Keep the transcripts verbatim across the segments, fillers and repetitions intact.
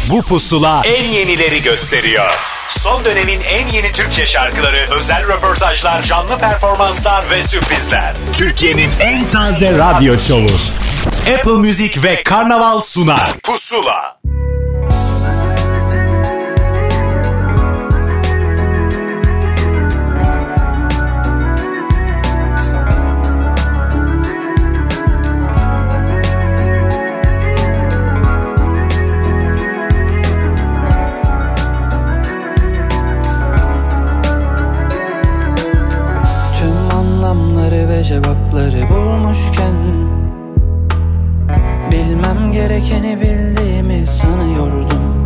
Bu pusula en yenileri gösteriyor. Son dönemin en yeni Türkçe şarkıları, özel röportajlar, canlı performanslar ve sürprizler. Türkiye'nin en taze radyo şovu. Apple Music ve Karnaval sunar. Pusula. Cevapları bulmuşken bilmem gerekeni bildiğimi sanıyordum.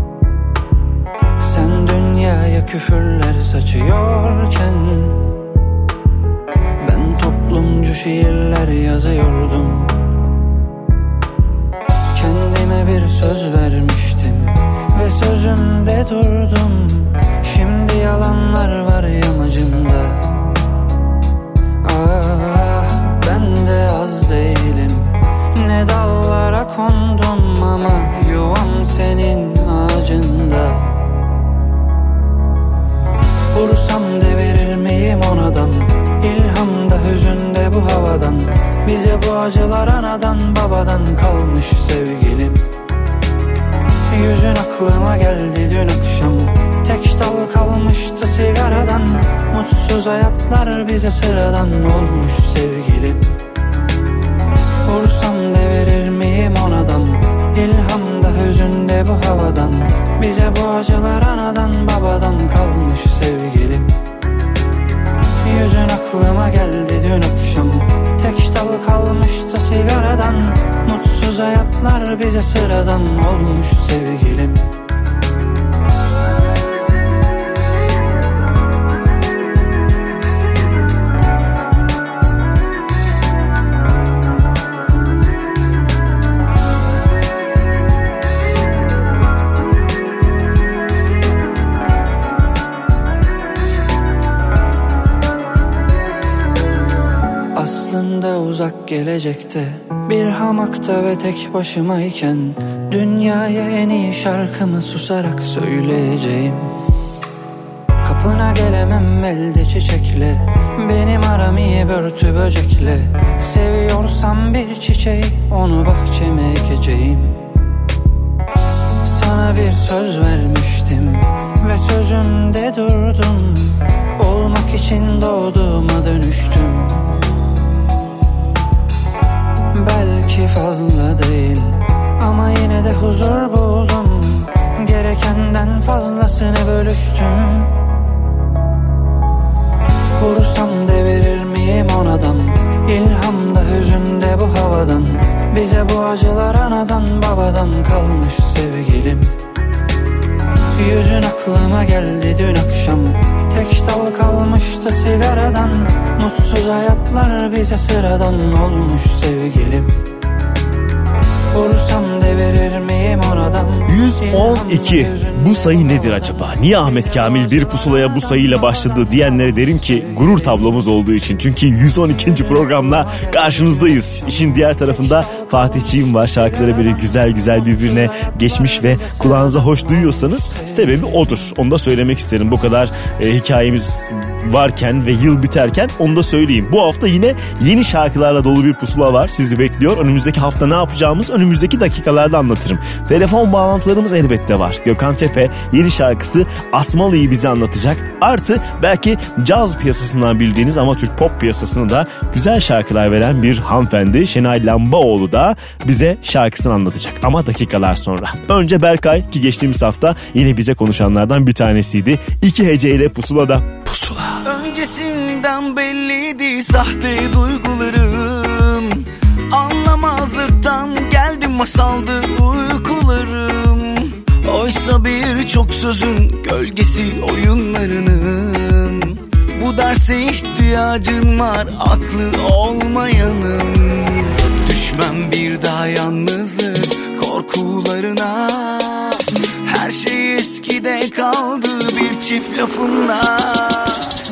Sen dünyaya küfürler saçıyorken ben toplumcu şiirler yazıyordum. Kendime bir söz vermiştim ve sözümde durdum. Şimdi yalanlar var yamacımda. Ah, ben de az değilim, ne dallara kondum ama yuvam senin ağacında. Vursam devirir miyim onadan, ilhamda hüzünde bu havadan. Bize bu acılar anadan babadan kalmış sevgilim. Yüzün aklıma geldi dün akşam, tek dal kalmıştı sigaradan. Mutsuz hayatlar bize sıradan olmuş sevgilim. Vursam devirir miyim onadan, ilhamda hüzünde bu havadan. Bize bu acılar anadan babadan kalmış sevgilim. Yüzün aklıma geldi dün akşam, tek dal kalmıştı sigaradan. Mutsuz hayatlar bize sıradan olmuş sevgilim. Uzak gelecekte bir hamakta ve tek başımayken dünyaya en iyi şarkımı susarak söyleyeceğim. Kapına gelemem elde çiçekle, benim aram iyi börtü böcekle. Seviyorsam bir çiçeği onu bahçeme ekeceğim. Sana bir söz vermiştim ve sözümde durdum. Olmak için doğduğuma dönüştüm. Belki fazla değil ama yine de huzur buldum. Gerekenden fazlasını bölüştüm. Vursam devirir miyim onadan, ilhamda hüzünde bu havadan. Bize bu acılar anadan babadan kalmış sevgilim. Yüzün aklıma geldi dün akşam, tek dal kalmıştı sigaradan. Mutsuz hayatlar bize sıradan olmuş sevgilim. Vursam devirir miyim onadan. yüz on iki. Bu sayı nedir acaba? Niye Ahmet Kamil bir pusulaya bu sayıyla başladı diyenlere derim ki gurur tablomuz olduğu için. Çünkü yüz on ikinci programla karşınızdayız. İşin diğer tarafında Fatihciğim var. Şarkıları böyle güzel güzel birbirine geçmiş ve kulağınıza hoş duyuyorsanız sebebi odur. Onu da söylemek isterim. Bu kadar e, hikayemiz varken ve yıl biterken onu da söyleyeyim. Bu hafta yine yeni şarkılarla dolu bir pusula var. Sizi bekliyor. Önümüzdeki hafta ne yapacağımız önümüzdeki dakikalarda anlatırım. Telefon bağlantılarımız elbette var. Gökhan Tepe yeni şarkısı Asmalı'yı bize anlatacak. Artı belki caz piyasasından bildiğiniz ama Türk pop piyasasını da güzel şarkılar veren bir hanımefendi Şenay Lambaoğlu da bize şarkısını anlatacak. Ama dakikalar sonra. Önce Berkay ki geçtiğimiz hafta yine bize konuşanlardan bir tanesiydi. İki heceyle pusulada. Pusula. Öncesinden belliydi sahte duygularım. Anlamazlıktan geldim masaldı uykularım. Oysa birçok sözün gölgesi oyunlarının. Bu derse ihtiyacın var aklı olmayanın. Düşmem bir daha yalnızlık korkularına. Her şey eskide kaldı bir çift lafınla.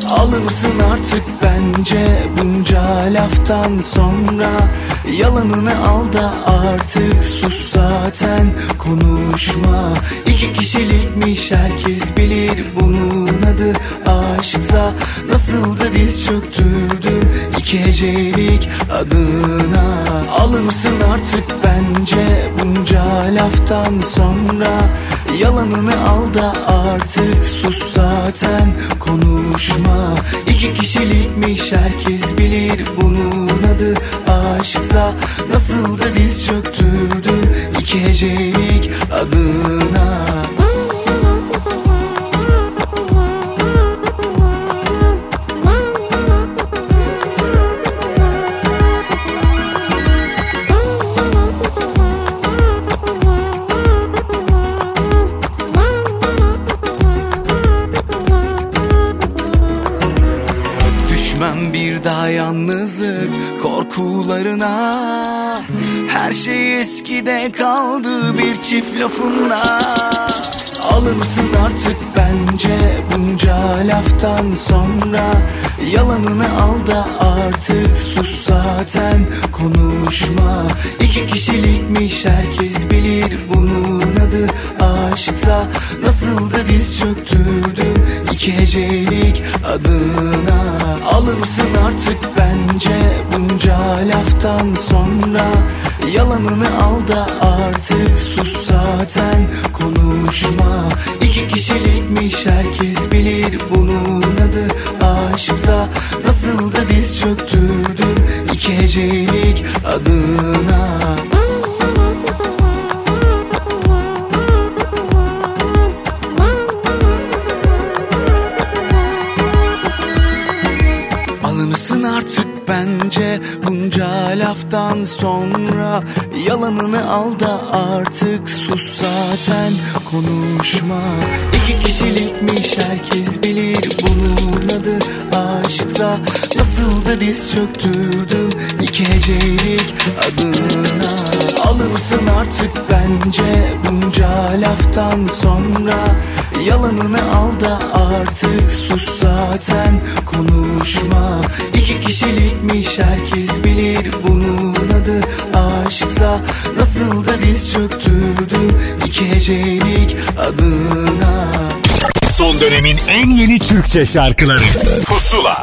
Alır mısın artık bence bunca laftan sonra? Yalanını al da artık sus zaten konuşma. İki kişilikmiş herkes bilir bunun adı aşksa. Nasıl da diz çöktürdüm iki hecelik adına. Alır mısın artık bence bunca laftan sonra? Yalanını al da artık sus zaten konuşma. İki kişilikmiş herkes bilir bunun adı aşksa. Nasıl da diz çöktürdüm iki hecelik adına. Bir daha yalnızlık korkularına. Her şey eskide kaldı bir çift lafınla. Alır mısın artık bence bunca laftan sonra? Yalanını al da artık sus zaten konuşma. İki kişilikmiş herkes bilir bunun adı aşksa. Nasıl da diz çöktürdüm iki hecelik adına. Alır mısın artık bence bunca laftan sonra? Yalanını al da artık sus zaten konuşma. İki kişilikmiş herkes bilir bunun adı aşksa. Nasıl da diz çöktürdüm iki hecelik adına. Alınırsın artık bence bunca laftan sonra. Yalanını al da artık sus zaten konuşma. İki kişilikmiş herkes bilir bunun adı aşksa. Nasıl da diz çöktürdüm iki hecelik adına. Alınırsın artık bence bunca laftan sonra. Yalanını al da artık sus zaten konuşma. İki kişilikmiş herkes bilir bunun adı aşksa. Nasıl da diz çöktürdüm iki hecelik adına. Son dönemin en yeni Türkçe şarkıları Pusula.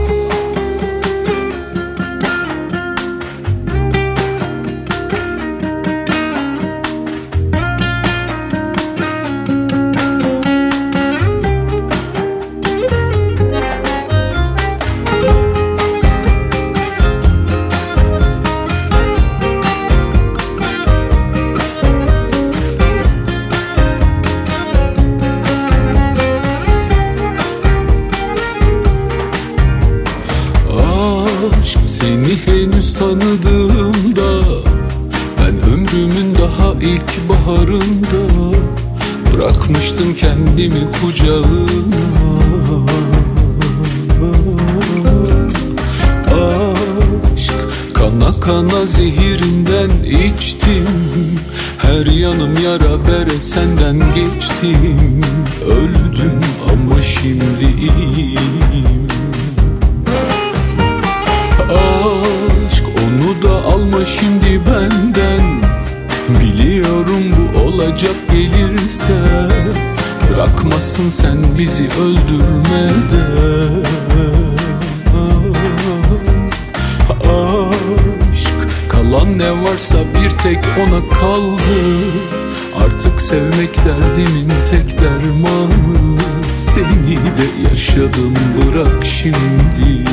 Tanıdığımda ben ömrümün daha ilk baharında bırakmıştım kendimi kucağına. Aşk kana kana zehirinden içtim. Her yanım yara bere senden geçtim. Öldüm ama şimdi iyiyim. Aşk onu da alma şimdi benden. Biliyorum bu olacak gelirse. Bırakmazsın sen bizi öldürmeden. Aşk kalan ne varsa bir tek ona kaldı. Artık sevmek derdimin tek dermanı. Seni de yaşadım bırak şimdi.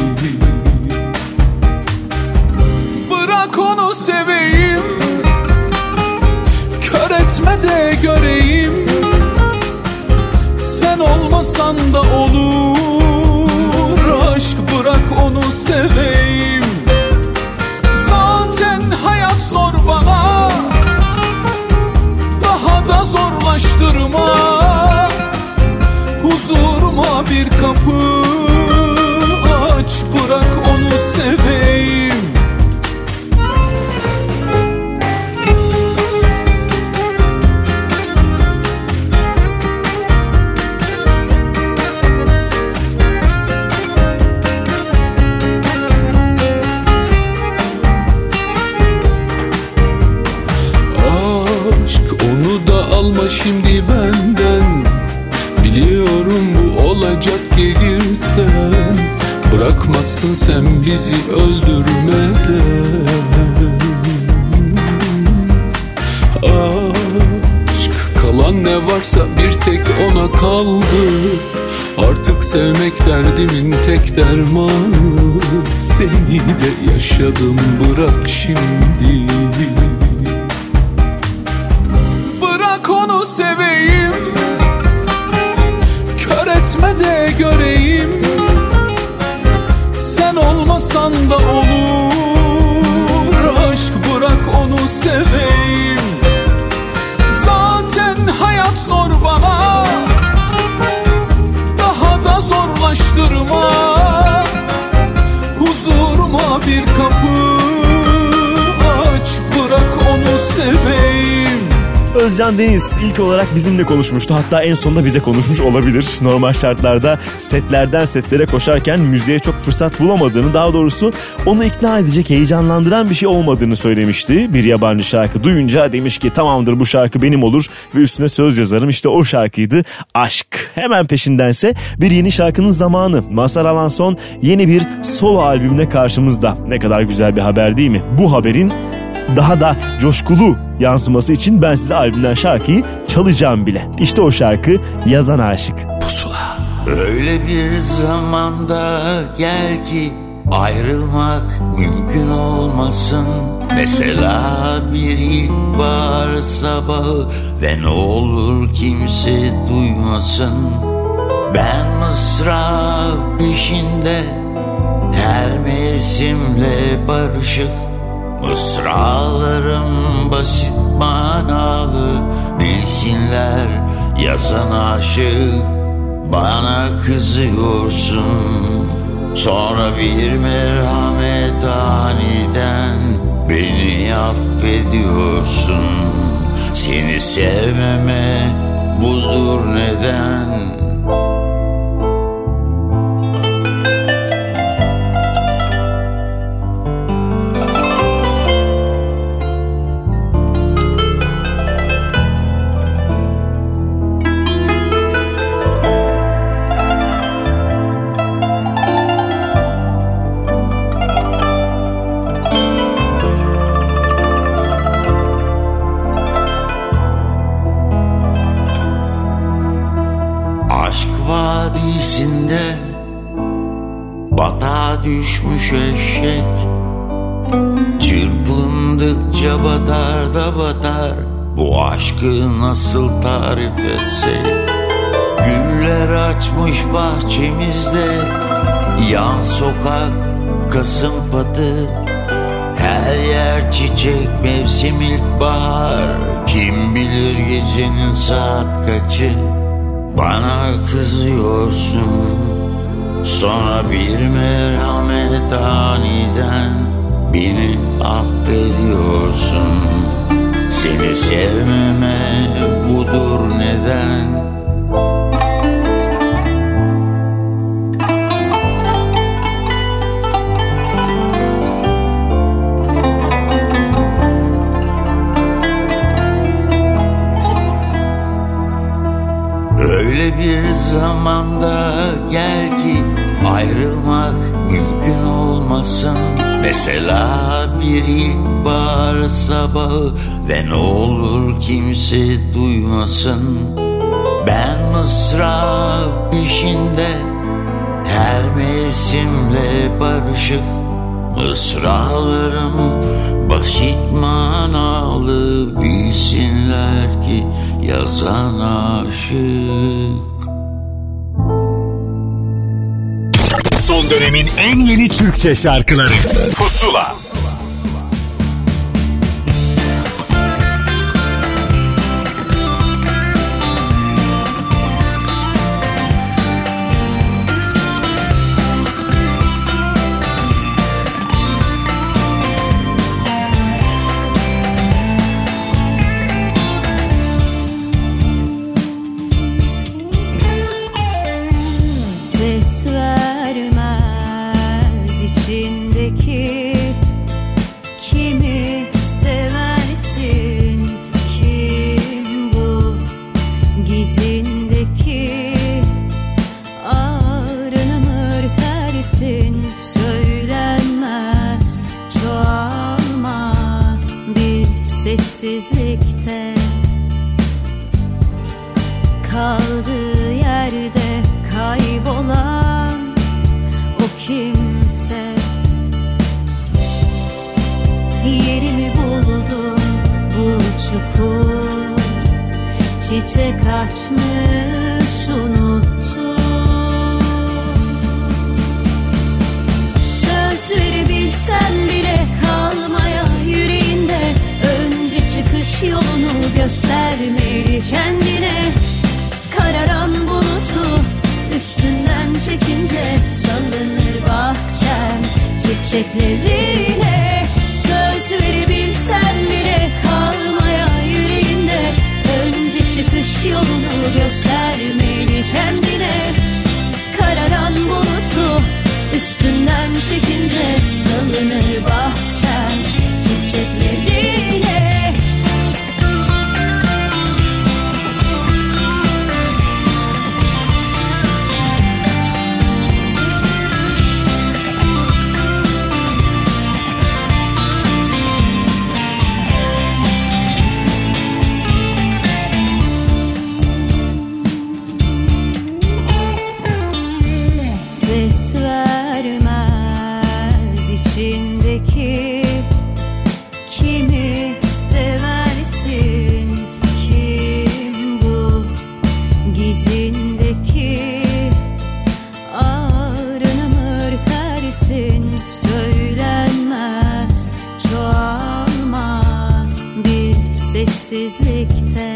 Onu seveyim, kör etme de göreyim. Sen olmasan da olur. Aşk bırak onu seveyim. Zaten hayat zor bana. Daha da zorlaştırma. Huzuruma bir kapı aç. Bırak onu seveyim. şimdi benden. Biliyorum bu olacak gelirsen. Bırakmazsın sen bizi öldürmeden. Aşk kalan ne varsa bir tek ona kaldı. Artık sevmek derdimin tek dermanı. Seni de yaşadım, bırak şimdi. Bırak onu seveyim, kör etme de göreyim. Sen olmasan da olur, aşk bırak onu seveyim. Zaten hayat zor bana, daha da zorlaştırma. Huzuruma bir kapı aç, bırak onu seveyim. Özcan Deniz ilk olarak bizimle konuşmuştu. Hatta en sonunda bize konuşmuş olabilir. Normal şartlarda setlerden setlere koşarken müziğe çok fırsat bulamadığını, daha doğrusu onu ikna edecek, heyecanlandıran bir şey olmadığını söylemişti. Bir yabancı şarkı duyunca demiş ki tamamdır, bu şarkı benim olur ve üstüne söz yazarım. İşte o şarkıydı Aşk. Hemen peşindense bir yeni şarkının zamanı. Mazhar Alanson yeni bir solo albümle karşımızda. Ne kadar güzel bir haber değil mi? Bu haberin daha da coşkulu yansıması için ben size albümden şarkıyı çalacağım bile. İşte o şarkı Yazan Aşık. Pusula. Öyle bir zamanda gel ki ayrılmak mümkün olmasın. Mesela bir ilkbahar sabahı ve ne olur kimse duymasın. Ben mısra peşinde, her mevsimle barışık. Mısralarım basit manalı, bilsinler yazan aşık. Bana kızıyorsun, sonra bir merhamet aniden beni affediyorsun. Seni sevmeme budur neden. Batağa düşmüş eşek, çırpındıkça batar da batar. Bu aşkı nasıl tarif etsek? Güller açmış bahçemizde, yan sokak Kasım patı. Her yer çiçek, mevsim ilkbahar. Kim bilir gecenin saat kaçı? Bana kızıyorsun, sonra bir merhamet aniden beni affediyorsun. Seni sevmeme budur neden. Öyle bir zamanda gel ki ayrılmak mümkün olmasın. Mesela bir ilkbahar sabahı ve ne olur kimse duymasın. Ben mısra peşinde, her mevsimle barışık. Mısralarım basit manalı, bilsinler ki yazan aşık. Son dönemin en yeni Türkçe şarkıları Pusula. Ses vermez içindeki Gizindeki ağrını mı örtersin? Söylenmez, çoğalmaz bir sessizlikte. Kaldığı yerde kaybolan o kimse. Yerimi buldum bu çukur, çiçek açmış unuttum. Söz verebilsen bile kalmaya yüreğinde, önce çıkış yolunu göstermeli kendine. Kararan bulutu üstünden çekince salınır bahçem çiçeklerine. Söz verebilsen bile kalmaya yüreğinde, önce çıkış yolunu göstermeli kendine. Kararan bulutu üstünden çekince salınır bahçem çiçeklerine. Ses vermez içindeki, kimi seversin? Kim bu gizindeki ağrını mı örtersin? Söylenmez, çoğalmaz bir sessizlikte.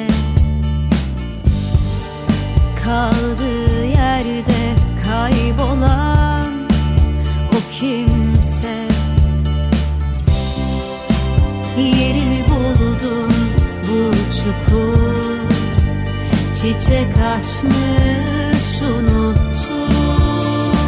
Kaldığı yerde kaybolan o kimse. Yerimi buldum bu çukur, çiçek açmış unuttum.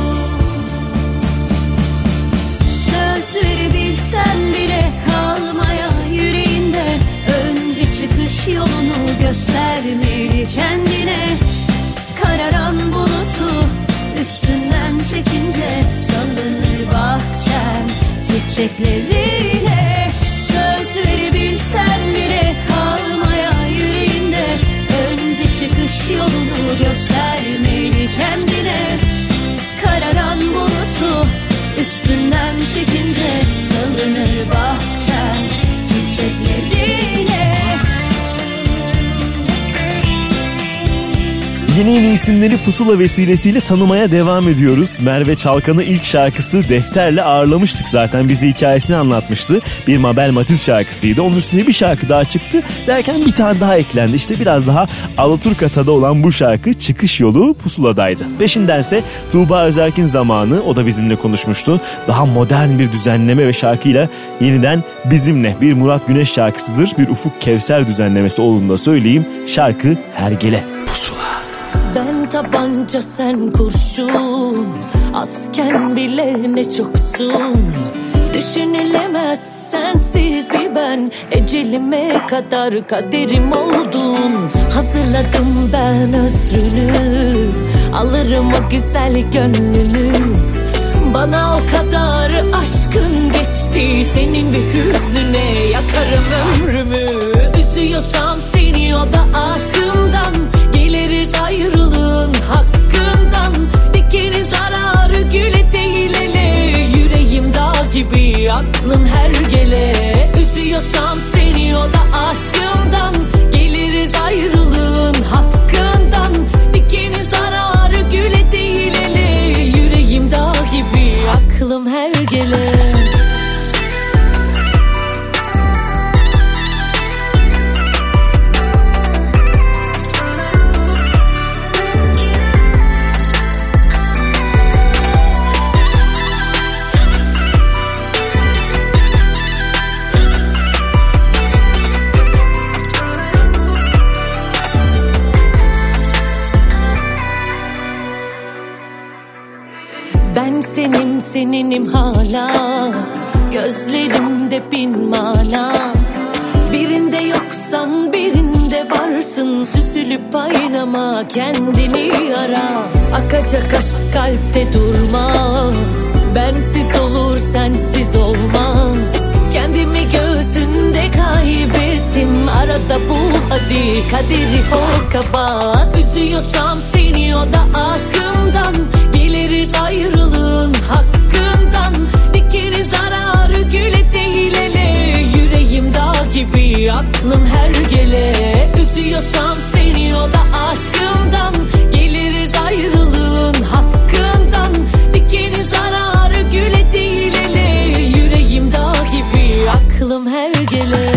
Söz verebilsen bile kalmaya yüreğinde, önce çıkış yolunu göstermeli kendine. Kararan bulutu üstünden çekince salınır bahçem çiçeklerine. Söz verebilsen bile kalmaya yüreğinde, önce çıkış yolunu göstermeli kendine. Kararan bulutu üstünden çekince salınır bahçem çiçeklerine. Yeni yeni isimleri Pusula vesilesiyle tanımaya devam ediyoruz. Merve Çalkan'ı ilk şarkısı Defter'le ağırlamıştık zaten. Bize hikayesini anlatmıştı. Bir Mabel Matiz şarkısıydı. Onun üstüne bir şarkı daha çıktı. Derken bir tane daha eklendi. İşte biraz daha Alaturka tadı olan bu şarkı çıkış yolu Pusula'daydı. Peşindense Tuğba Özerk'in Zamanı, o da bizimle konuşmuştu. Daha modern bir düzenleme ve şarkıyla yeniden bizimle. Bir Murat Güneş şarkısıdır. Bir Ufuk Kevser düzenlemesi olduğunu da söyleyeyim. Şarkı Hergele. Pusula. Ben tabanca sen kurşun, azken bile ne çoksun. Düşünülemez sensiz bir ben, ecelime kadar kaderim oldun. Hazırladım ben özrünü, alırım o güzel gönlünü. Bana o kadar aşkın geçti, senin bir hüznüne yakarım ömrümü. Üzüyorsam seni o da aşkımdan, geliriz ayrılığın hakkından. Dikenin zararı güle değil ele, yüreğim dağ gibi aklım her gele. Üzüyorsam seni o da aşkımdan, geliriz ayrılığın hakkından. Dikenin zararı güle değil ele, yüreğim dağ gibi aklım her gele. Ben senin seninim hala, gözlerimde bin mana. Birinde yoksan birinde var varsın, süsülüp aynama kendini ara. Akacak aşk kalpte durmaz, bensiz olur sensiz olmaz. Kendimi göğsünde kaybettim, arada bu hadi kaderi hokkabaz. Üzüyorsam seni o da aşkımdan, geliriz ayrılığın hakkından. Dikeriz ararı güle değil ele, yüreğim dağ gibi aklım her gele. Üzüyorsam seni o da aşkımdan, geliriz ayrılığın hakkından. Dikeriz ararı güle değil ele, yüreğim dağ gibi aklım her gele.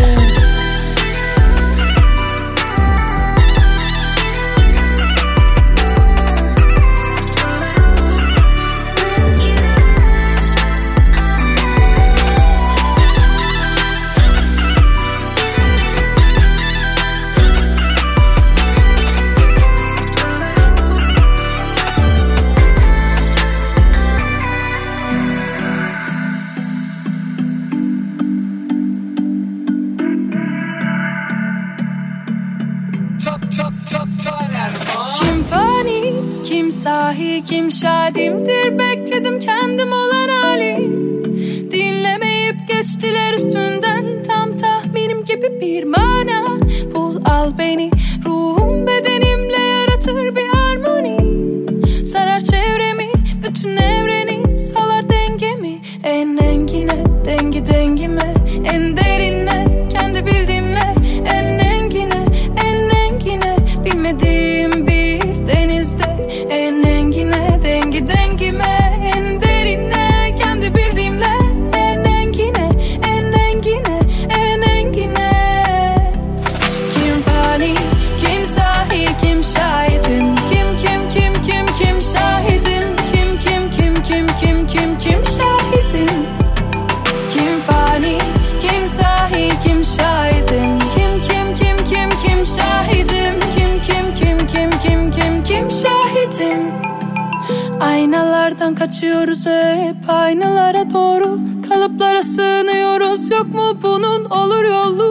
Sahi kim şadimdir, bekledim kendim olan hali. Dinlemeyip geçtiler üstünden, tam tahminim gibi bir mana. Bul al beni, ruhum bedenimle yaratır bir harmoni. Sarar çevremi, bütün evreni, salar dengemi. En engine, dengi dengime, en derine, kendi bildiğimle. En engine, en engine, bilmediğim bir denizde. En engine, dengi dengime, en derine, kendi bildiğimle. En engine, en engine, en engine. Kim fani, kim sahi, kim şahidim. Kim kim kim kim kim şahidim. Kim kim kim kim kim kim kim şahidim. Kim fani, kim sahi, kim şahidim. Kim kim kim kim kim şahidim. Kim kim kim kim kim kim kim şahidim. Aynalardan kaçıyoruz hep, aynalara doğru kalıplara sığınıyoruz. Yok mu bunun olur yolu?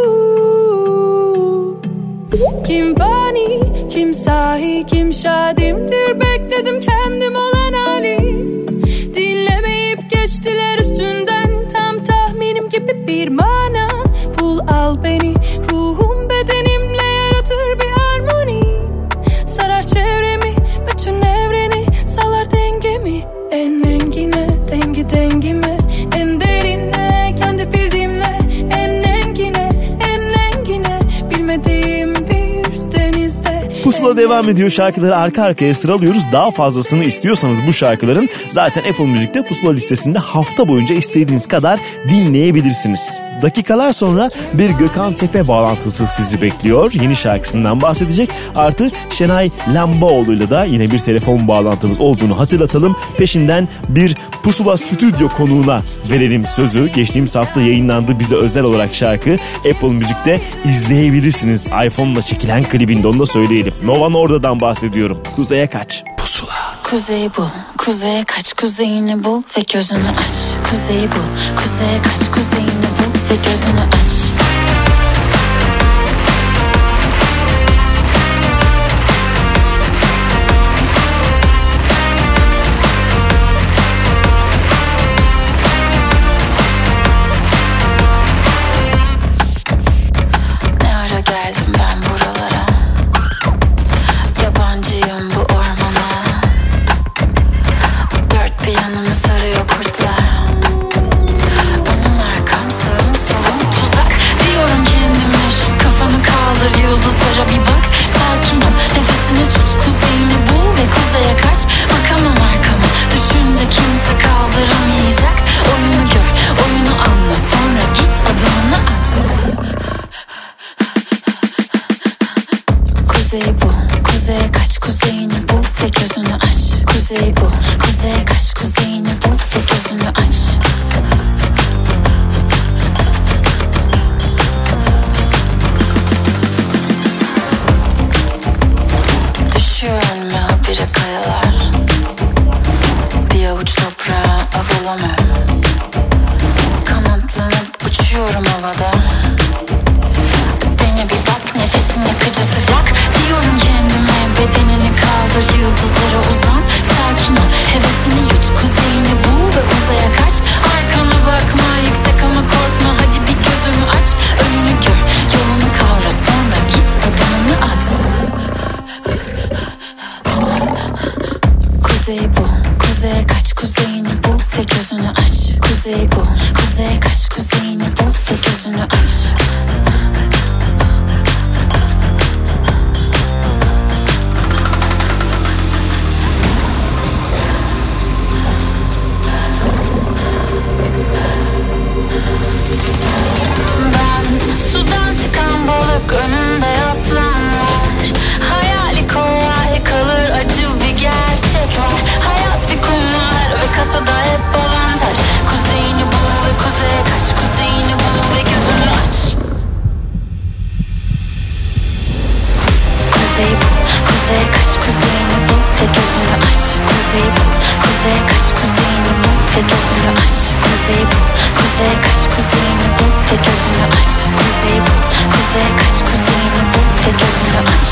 Kim fani, kim sahi, kim şadimdir, bekledim kendim olan hali. Dinlemeyip geçtiler üstünden, tam tahminim gibi bir mana. Bul al beni, ruhum bedenimle yaratır bir harmoni. Sarar çevremi, bütün evreni, salar dengemi. En engine, dengi dengime, en derine, kendi bildiğimle. En engine, en engine, bilmediğim bir denizde. Pusula devam ediyor, şarkıları arka arkaya sıralıyoruz. Daha fazlasını istiyorsanız bu şarkıların zaten Apple Müzik'te Pusula listesinde hafta boyunca istediğiniz kadar dinleyebilirsiniz. Dakikalar sonra bir Gökhan Tepe bağlantısı sizi bekliyor. Yeni şarkısından bahsedecek. Artı Şenay Lambaoğlu'yla da yine bir telefon bağlantımız olduğunu hatırlatalım. Peşinden bir Pusula stüdyo konuğuna verelim sözü. Geçtiğimiz hafta yayınlandı bize özel olarak şarkı. Apple Müzik'te izleyebilirsiniz. iPhone'la çekilen klibinde, onu da söyleyelim. Nova Norda'dan bahsediyorum. Kuzeye kaç. Pusula. Kuzeyi bul, kuzeye kaç, kuzeyini bul ve gözünü aç. Kuzeyi bul, kuzeye kaç, kuzeyini bul ve gözünü aç. Ne ara geldim ben buralara, yabancıyım bu ormana. Dört bir yanımı sarıyor kurtlar. Önüm arkam, sağım solum tuzak. Diyorum kendime şu kafanı kaldır, yıldızlara bir bak. Sakin ol, nefesini tut, kuzeyini bul ve kuzeye kaç. Bakamam arkama, düşünce kimse kaldıramayacak. Oyunu gör, oyunu anla, sonra git adımını at. Kuzeyi bul, kuzeye kaç, kuzeyini bul ve gözünü aç. Kuzeyi bul, kuzeye kaç, kuzeyini bul ve gözünü aç. Düşüyor önüme habire kayalar, bir avuç toprağa avalamı. Kanatlanıp uçuyorum havada. Dene bir bak, nefesim yakıcı kuzeye kaç kuzeyini bul ve gözünü aç. Kuzeyi bul, kuzeye kaç kuzeyini bul ve gözünü aç. Kuzeyi bul, kuzeye kaç kuzeyini bul ve gözünü aç. Kuzeyi bul, kuzeye kaç kuzeyini bul ve gözünü aç.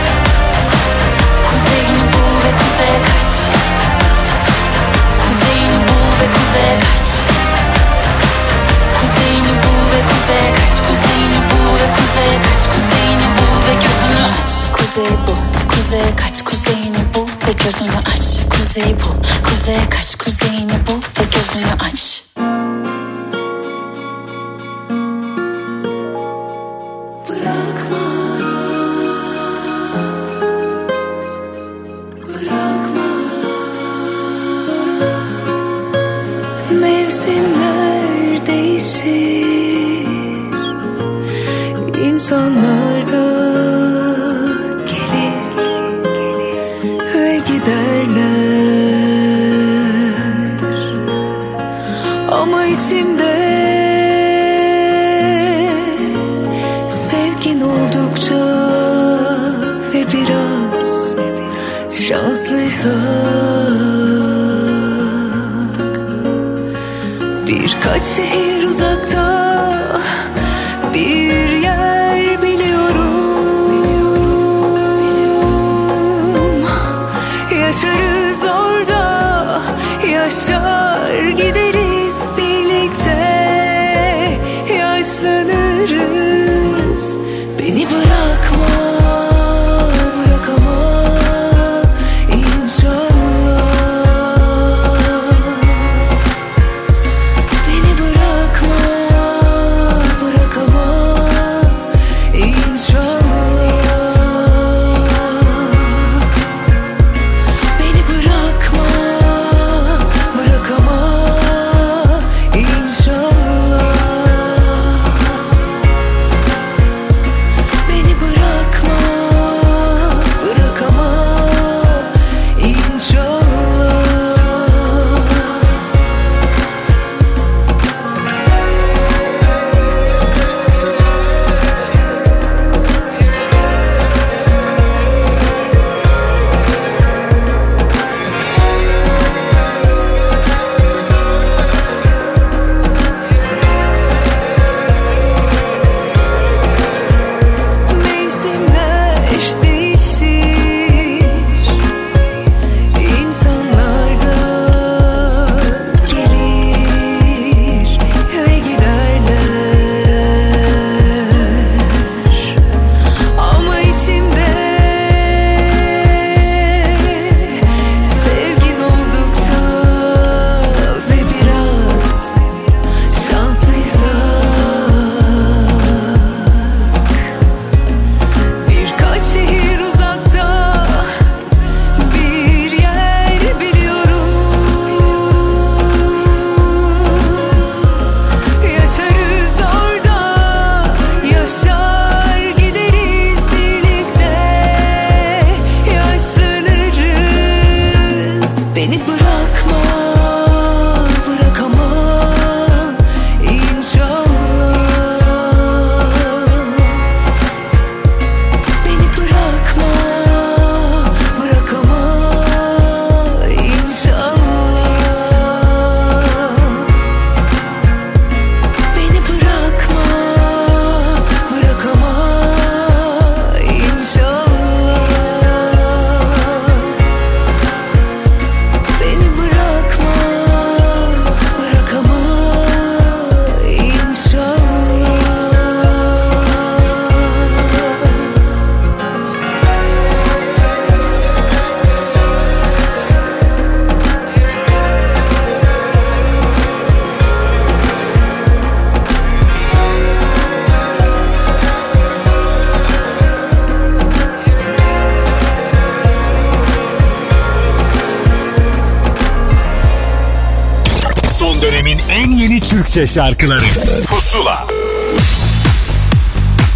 Kuzeyini bul ve kuzeye kaç. Kuzeyini bul ve kuzeye kaç. Kuzeyini bul ve kuzeye kaç. Kuzeyini bul ve kuzeye kaç. Kuzeyini bul ve gözünü aç. Kuzeyi bul, kuzeye kaç. Kuzeyini bul ve gözünü aç. Kuzeyi bul, kuzeye kaç. Kuzeyini bul ve gözünü aç. Bırakma, bırakma. Mevsimler değişir, insanlar da gelir ve giderler. Ama içimde sevgin oldukça ve biraz şanslıysak birkaç şehir uzakta bir yer biliyorum. Yaşarız orada, yaşar gideriz birlikte, yaşlanırız. Beni bırakma, bırakama inşallah. Beni bırakma, bırakama inşallah. Beni bırakma, bırakama inşallah. Beni bırakma, bırakama mevsimler değişir, insanlar da gelir ve giderler. Ama içimde sevgin oldukça ve biraz şanslıysak birkaç şehir uzakta bir yer biliyorum. Yaşarız orada, yaşar gideriz birlikte, yaşlanırız. Beni bırakma, bırakama inşallah. Beni bırakma, bırakama inşallah. Beni bırakma, bırakama inşallah. Beni bırakma, bırakama Son dönemin en yeni Türkçe şarkıları Pusula.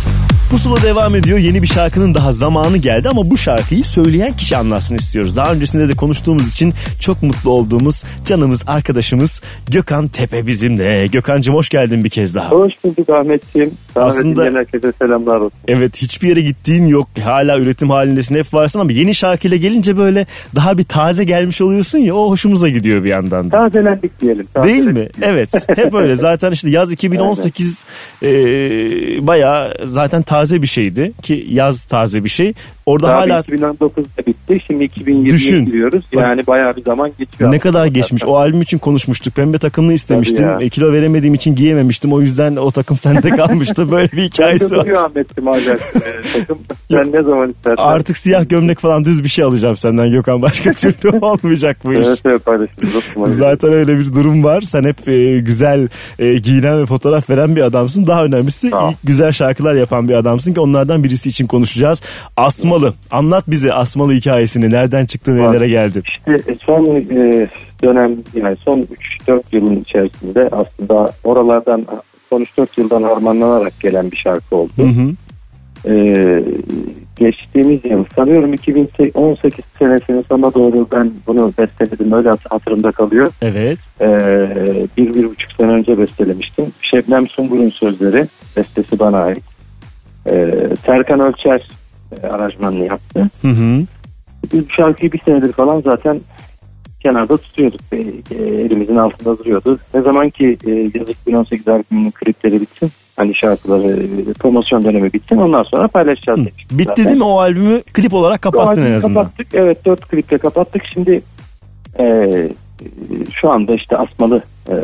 Pusula devam ediyor. Yeni bir şarkının daha zamanı geldi ama bu şarkıyı söyleyen kişi anlatsın istiyoruz. Daha öncesinde de konuştuğumuz için çok mutlu olduğumuz canımız, arkadaşımız Gökhan Tepe bizimle. Gökhan'cığım hoş geldin bir kez daha. Hoş bulduk Ahmetciğim. Aslında herkese selamlar olsun. Evet, hiçbir yere gittiğin yok. Hala üretim halindesin, hep varsın ama yeni şarkıyla gelince böyle daha bir taze gelmiş oluyorsun ya, o hoşumuza gidiyor bir yandan da. Tazelendik diyelim. Tazelendik Değil mi? diyelim. Evet. Hep öyle. Zaten işte yaz iki bin on sekiz e, bayağı zaten taze bir şeydi ki yaz taze bir şey. Orada Tabii hala iki bin on dokuzda bitti. Şimdi iki bin yirmiye Düşün. giriyoruz. Yani bayağı bir zaman geçiyor. ne kadar geçmiş. O albüm için konuşmuştuk. Pembe takımını istemiştim. Tabii ya. E, kilo veremediğim için giyememiştim. O yüzden o takım sende kalmıştı. Böyle bir hikayesi var. Ben de Ahmet'im hala e, takım. Sen ne zaman istersen. Artık siyah gömlek falan düz bir şey alacağım senden Gökhan. Başka türlü olmayacak bu iş. Evet evet paylaşırız. Zaten öyle bir durum var. Sen hep e, güzel e, giyinen ve fotoğraf veren bir adamsın. Daha önemlisi Tamam. güzel şarkılar yapan bir adamsın ki onlardan birisi için konuşacağız. Asmalı. Anlat bize Asmalı hikayesini. Nereden çıktı, nelere geldi? İşte son e, dönem, yani son üç dört yılın içerisinde aslında oralardan son üç dört yıldan harmanlanarak gelen bir şarkı oldu. Hı hı. Ee, geçtiğimiz yıl sanıyorum iki bin on sekiz senesinin sonuna doğru ben bunu besteledim, öyle hatırımda kalıyor. Evet. Ee, bir, bir buçuk sene önce bestelemiştim. Şebnem Sungur'un sözleri, bestesi bana ait. Ee, Serkan Ölçer e, aranjmanını yaptı. Hı hı. Biz bu şarkıyı bir senedir falan zaten kenarda tutuyorduk. E, e, elimizin altında duruyordu. Ne zaman ki e, yaz iki bin on sekiz albümünün klipleri bitsin, hani şarkıları, e, promosyon dönemi bitsin, ondan sonra paylaşacağız. Hı. Bitti zaten. Değil mi o albümü klip olarak kapattın en azından? Kapattık, evet, dört kliple kapattık. Şimdi e, şu anda işte Asmalı e,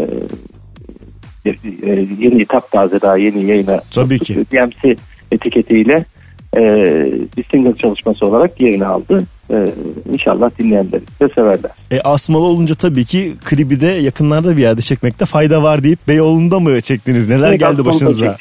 e, yeni taptaze, daha yeni yayına tabii ki D M C etiketiyle e, bir single çalışması olarak yerini aldı. Ee, İnşallah dinleyenler de severler. E, Asmalı olunca tabii ki klibi de yakınlarda bir yerde çekmekte fayda var deyip Beyoğlu'nda mı çektiniz? Neler evet, geldi başınıza?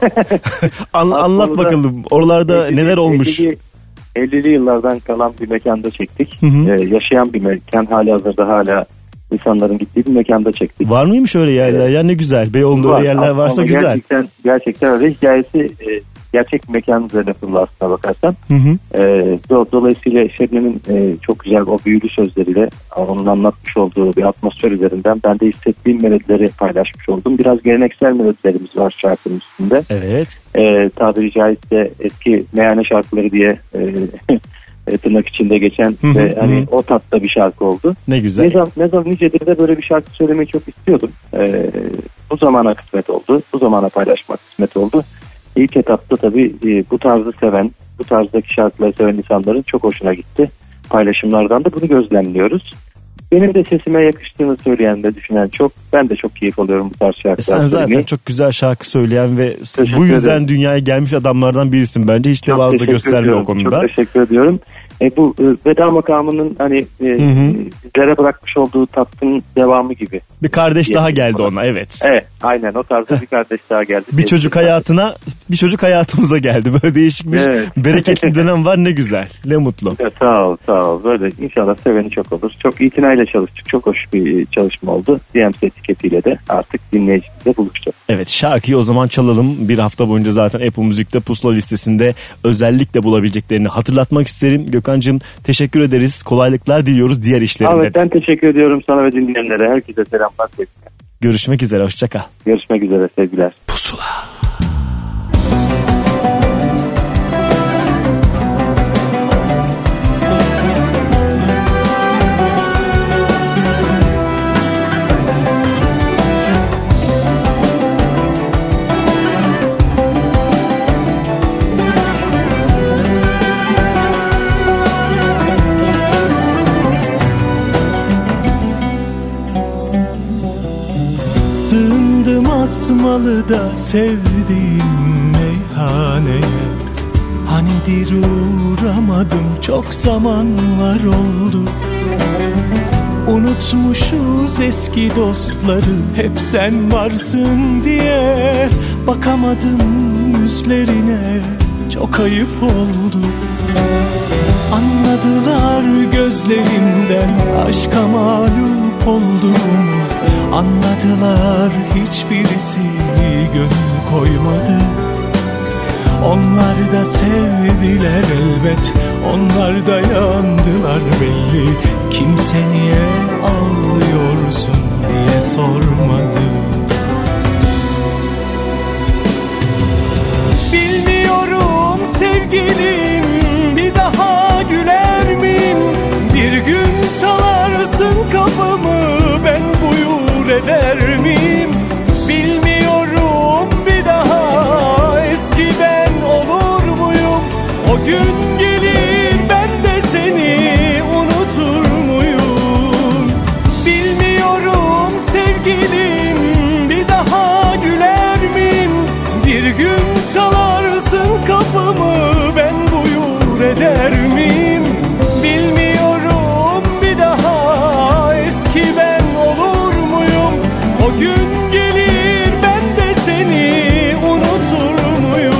An, anlat bakalım. Oralarda elli, neler olmuş? ellili yıllardan kalan bir mekanda çektik. Hı hı. Ee, yaşayan bir mekan. Halihazırda hala insanların gittiği bir mekanda çektik. Var mıymış öyle yerler? Evet. Ya ne güzel. Beyoğlu'nda var, öyle yerler varsa güzel. Gerçekten, gerçekten öyle. Hikayesi e, gerçek bir mekan üzerine kurulu aslına bakarsan. Hı hı. E, do, dolayısıyla Şebnem'in e, çok güzel o büyülü sözleriyle onun anlatmış olduğu bir atmosfer üzerinden ben de hissettiğim melodileri paylaşmış oldum. Biraz geleneksel melodilerimiz var şarkının üstünde. Evet. E, tabiri caizse eski meyhane şarkıları diye e, tırnak içinde geçen hı hı, ve hani hı. o tatta bir şarkı oldu. Ne güzel. Ne zaman, ne zaman nicedir de böyle bir şarkı söylemeyi çok istiyordum. E, bu zamana kısmet oldu. Bu zamana paylaşmak kısmet oldu. İlk etapta tabii e, bu tarzı seven, bu tarzdaki şarkıları seven insanların çok hoşuna gitti. Paylaşımlardan da bunu gözlemliyoruz. Benim de sesime yakıştığını söyleyen de düşünen çok. Ben de çok keyif alıyorum bu tarz şarkılar. E sen zaten söylemeyi. Çok güzel şarkı söyleyen ve teşekkür bu yüzden ederim. Dünyaya gelmiş adamlardan birisin bence. Hiç tevazu gösterme o konuda. Çok teşekkür ediyorum. E, bu e, veda makamının hani e, bizlere bırakmış olduğu tatlının devamı gibi. Bir kardeş daha geldi ona, evet. Evet, aynen o tarzda bir kardeş daha geldi. bir çocuk hayatına, bir çocuk hayatımıza geldi. Böyle değişik bir evet. bereketli dönem var, ne güzel, ne mutlu. Evet, sağ ol, sağ ol. Böyle inşallah seveni çok olur. Çok itinayla çalıştık, çok hoş bir çalışma oldu. D M C etiketiyle de artık dinleyicimizle buluşacağız. Evet, şarkıyı o zaman çalalım. Bir hafta boyunca zaten Apple Müzik'te Pusula listesinde özellikle bulabileceklerini hatırlatmak isterim. Gökhan'cığım teşekkür ederiz. Kolaylıklar diliyoruz diğer işlerinde. Evet, ben teşekkür ediyorum sana ve dinleyenlere. Herkese selamlar, sevgiler. Görüşmek üzere, hoşça kal. Görüşmek üzere, sevgiler. Pusula. Asmalı'da sevdiğim meyhaneye, hanidir uğramadım, çok zamanlar oldu. Unutmuşuz eski dostları, hep sen varsın diye bakamadım yüzlerine, çok ayıp oldu. Anladılar gözlerimden aşka mağlup oldum. Anladılar hiçbirisi gönül koymadı. Onlar da sevdiler elbet, onlar da yandılar belli. Kimse niye ağlıyorsun diye sormadı. Bilmiyorum sevgilim, bir daha güler miyim? Bir gün çalarsın kapımı, ben buyur eder miyim? Bilmiyorum bir daha eski ben olur muyum? O gün gelir ben de seni unutur muyum? Bilmiyorum sevgilim, bir daha güler miyim? Bir gün çalarsın kapımı, ben buyur eder miyim? Bilmiyorum bir daha eski ben olur muyum? O gün gelir ben de seni unutur muyum?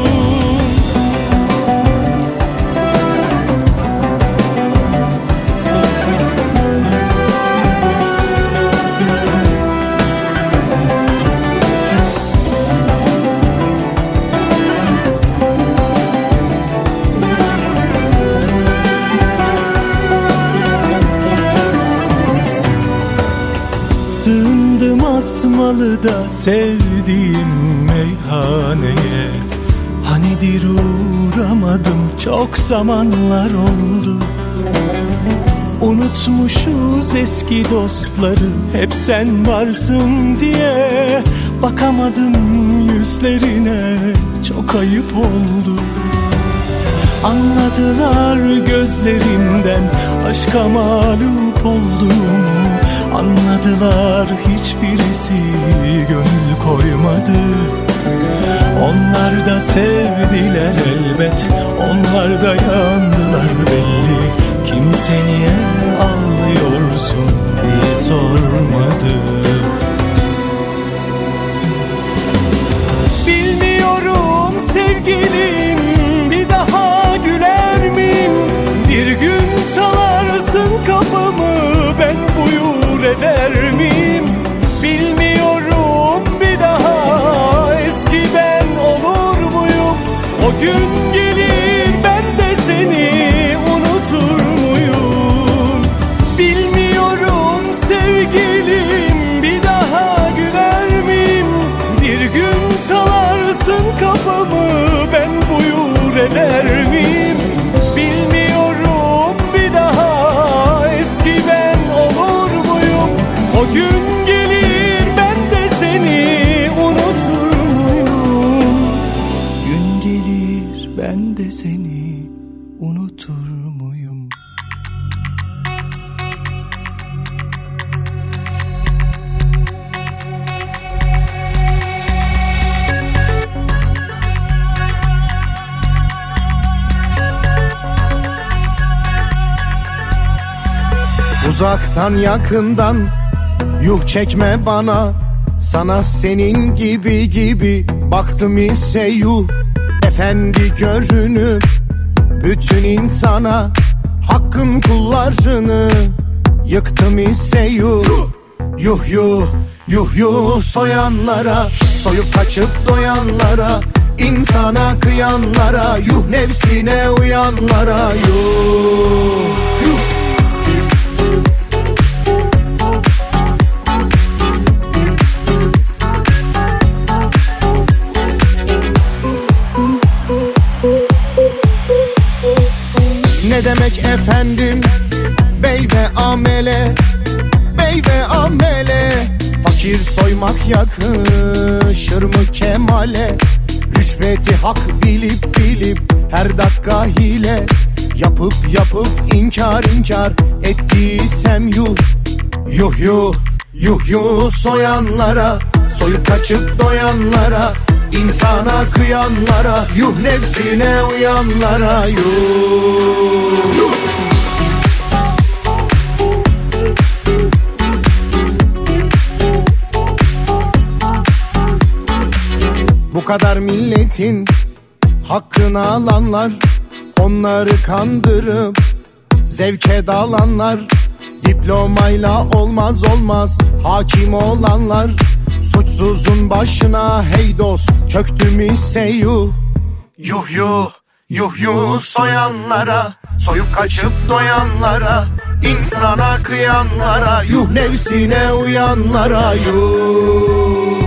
Sığındım Asmalı'da sevdiğim meyhaneye. Hanidir uğramadım, çok zamanlar oldu. Unutmuşuz eski dostları, hep sen varsın diye. Bakamadım yüzlerine, çok ayıp oldu. Anladılar gözlerimden aşka mağlup olduğumu. Anladılar, hiçbirisi gönül koymadı. Onlar da sevdiler elbet, onlar da yandılar belli. Kimse niye ağlıyorsun diye sormadı. Bilmiyorum sevgilim, bir daha güler miyim? Bir gün çalarsın kapımı, ben buyur eder miyim? Bilmiyorum bir daha eski ben olur muyum? O gün gelir ben de seni unutur muyum? Bilmiyorum sevgilim, bir daha güler miyim? Bir gün çalarsın kapımı, ben buyur eder miyim? Bilmiyorum bir daha eski ben olur muyum? O gün gelir ben de seni unutur muyum? Gün gelir ben de seni unutur muyum? Uzaktan yakından yuh çekme bana. Sana senin gibi gibi baktım ise yuh. Efendi görünüp bütün insana hakkın kullarını yıktım ise yuh. Yuh yuh yuh yuh soyanlara, soyup kaçıp doyanlara, insana kıyanlara, yuh nefsine uyanlara, yuh yuh. Ne demek efendim bey ve amele, bey ve amele. Fakir soymak yakışır mı kemale? Rüşveti hak bilip bilip her dakika hile, yapıp yapıp inkar inkar ettiysem yuh. Yuh yuh yuh yuh soyanlara, soyup kaçıp doyanlara, insana kıyanlara, yuh nefsine uyanlara, yuh yuh. Bu kadar milletin hakkını alanlar, onları kandırıp zevke dalanlar, diplomayla olmaz olmaz hakim olanlar, suçsuzun başına hey dost çöktüm ise yuh. Yuh yuh, yuh yuh soyanlara, soyup kaçıp doyanlara, insana kıyanlara, yuh nefsine uyanlara, yuh.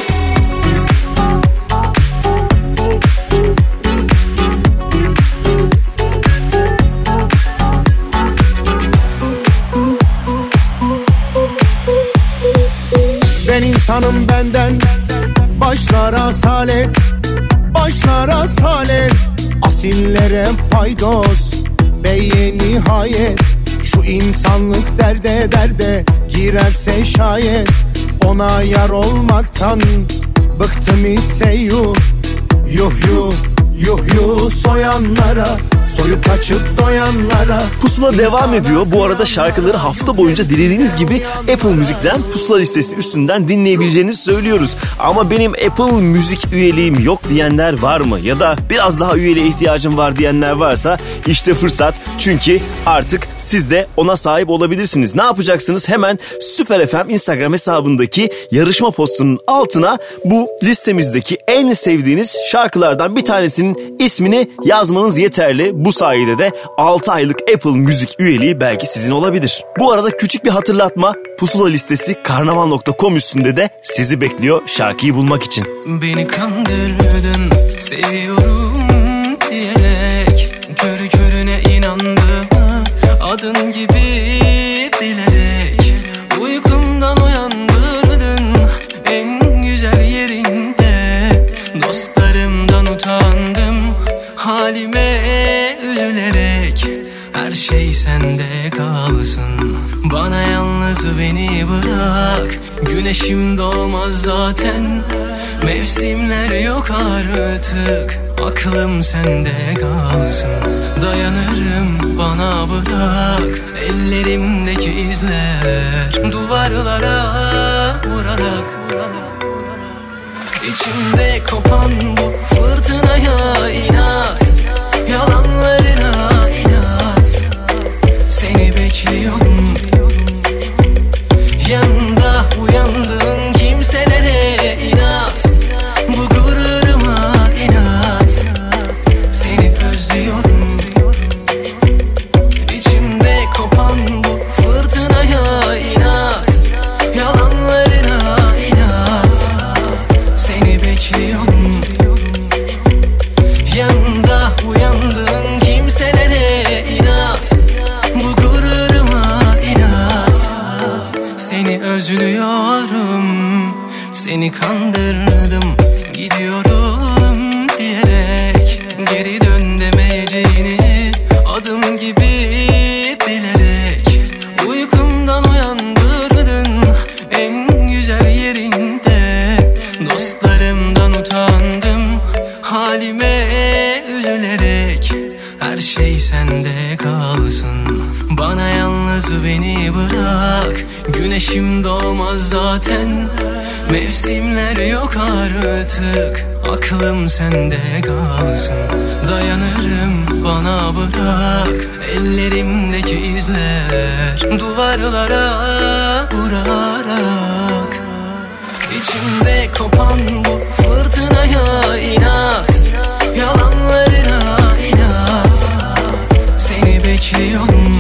Ben insanım benden başlar asalet, başlar asalet, asillere paydos beye nihayet. Şu insanlık derde derde girerse şayet, ona yar olmaktan bıktım ise yuh. Yuh yuh, yuh yuh soyanlara, soyup kaçıp doyanlara. Pusula devam ediyor. Bu arada şarkıları hafta boyunca dilediğiniz gibi Apple Müzik'ten Pusula listesi üstünden dinleyebileceğinizi söylüyoruz. Ama benim Apple Müzik üyeliğim yok diyenler var mı? Ya da biraz daha üyeliğe ihtiyacım var diyenler varsa işte fırsat. Çünkü artık siz de ona sahip olabilirsiniz. Ne yapacaksınız? Hemen Süper F M Instagram hesabındaki yarışma postunun altına bu listemizdeki en sevdiğiniz şarkılardan bir tanesinin ismini yazmanız yeterli. Bu sayede de altı aylık Apple Müzik üyeliği belki sizin olabilir. Bu arada küçük bir hatırlatma, Pusula listesi karnaval nokta com üstünde de sizi bekliyor şarkıyı bulmak için. Beni kandırdın seviyorum diyerek, körü körüne inandım adın gibi bilerek, uykumdan uyandırdın en güzel yerinde, dostlarımdan utandım halime üzülerek, her şey sende kalsın, bana yalnız beni bırak, güneşim doğmaz zaten, mevsimler yok artık, aklım sende kalsın, dayanırım bana bırak, ellerimdeki izler duvarlara vurarak, içimde kopan bu fırtınaya inat, yalanlarına inat, seni bekliyorum, yanında uyandığın kimselere inat, bu gururuma inat, seni özlüyorum, içimde kopan bu fırtınaya inat, yalanlarına inat, seni bekliyorum, yanında uyandığın kimselere inat, bu gururuma inat, seni özlüyorum, seni kandırdım gidiyorum diyerek, geri dön demeyeceğini adım gibi bilerek, uykumdan uyandırdın en güzel yerinde, dostlarımdan utandım halime üzülerek, her şey sende kalsın, bana yalnız beni bırak, güneşim doğmaz zaten, mevsimler yok artık, aklım sende kalsın, dayanırım bana bırak, ellerimdeki izler duvarlara vurarak, içimde kopan bu fırtınaya inat, yalanlarına inat, seni bekliyorum,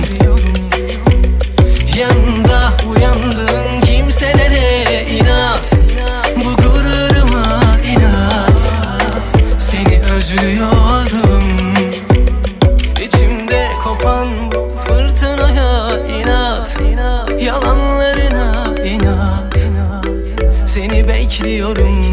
yanında uyandığın kimselere inat, bu gururuma inat, seni özlüyorum, içimde kopan bu fırtınaya inat, yalanlarına inat, seni bekliyorum,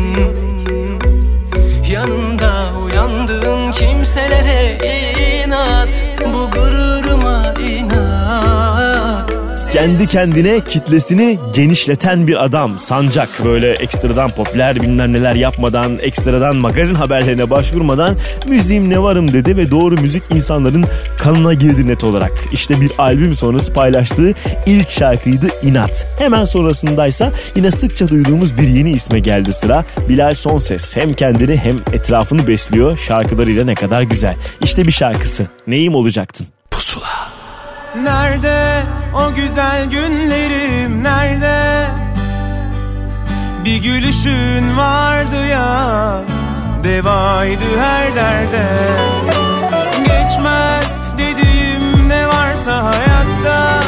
yanında uyandığın kimselere inat, bu gururuma inat. Kendi kendine kitlesini genişleten bir adam Sancak. Böyle ekstradan popüler bilmem neler yapmadan, ekstradan magazin haberlerine başvurmadan müziğim ne varım dedi ve doğru müzik insanların kanına girdi net olarak. İşte bir albüm sonrası paylaştığı ilk şarkıydı İnat. Hemen sonrasındaysa yine sıkça duyduğumuz bir yeni isme geldi sıra. Bilal Sonses hem kendini hem etrafını besliyor, şarkılarıyla ne kadar güzel. İşte bir şarkısı, Neyim Olacaktın? Pusula. Nerede o güzel günlerim, nerede? Bir gülüşün vardı ya, devaydı her derde. Geçmez dediğim ne varsa hayatta,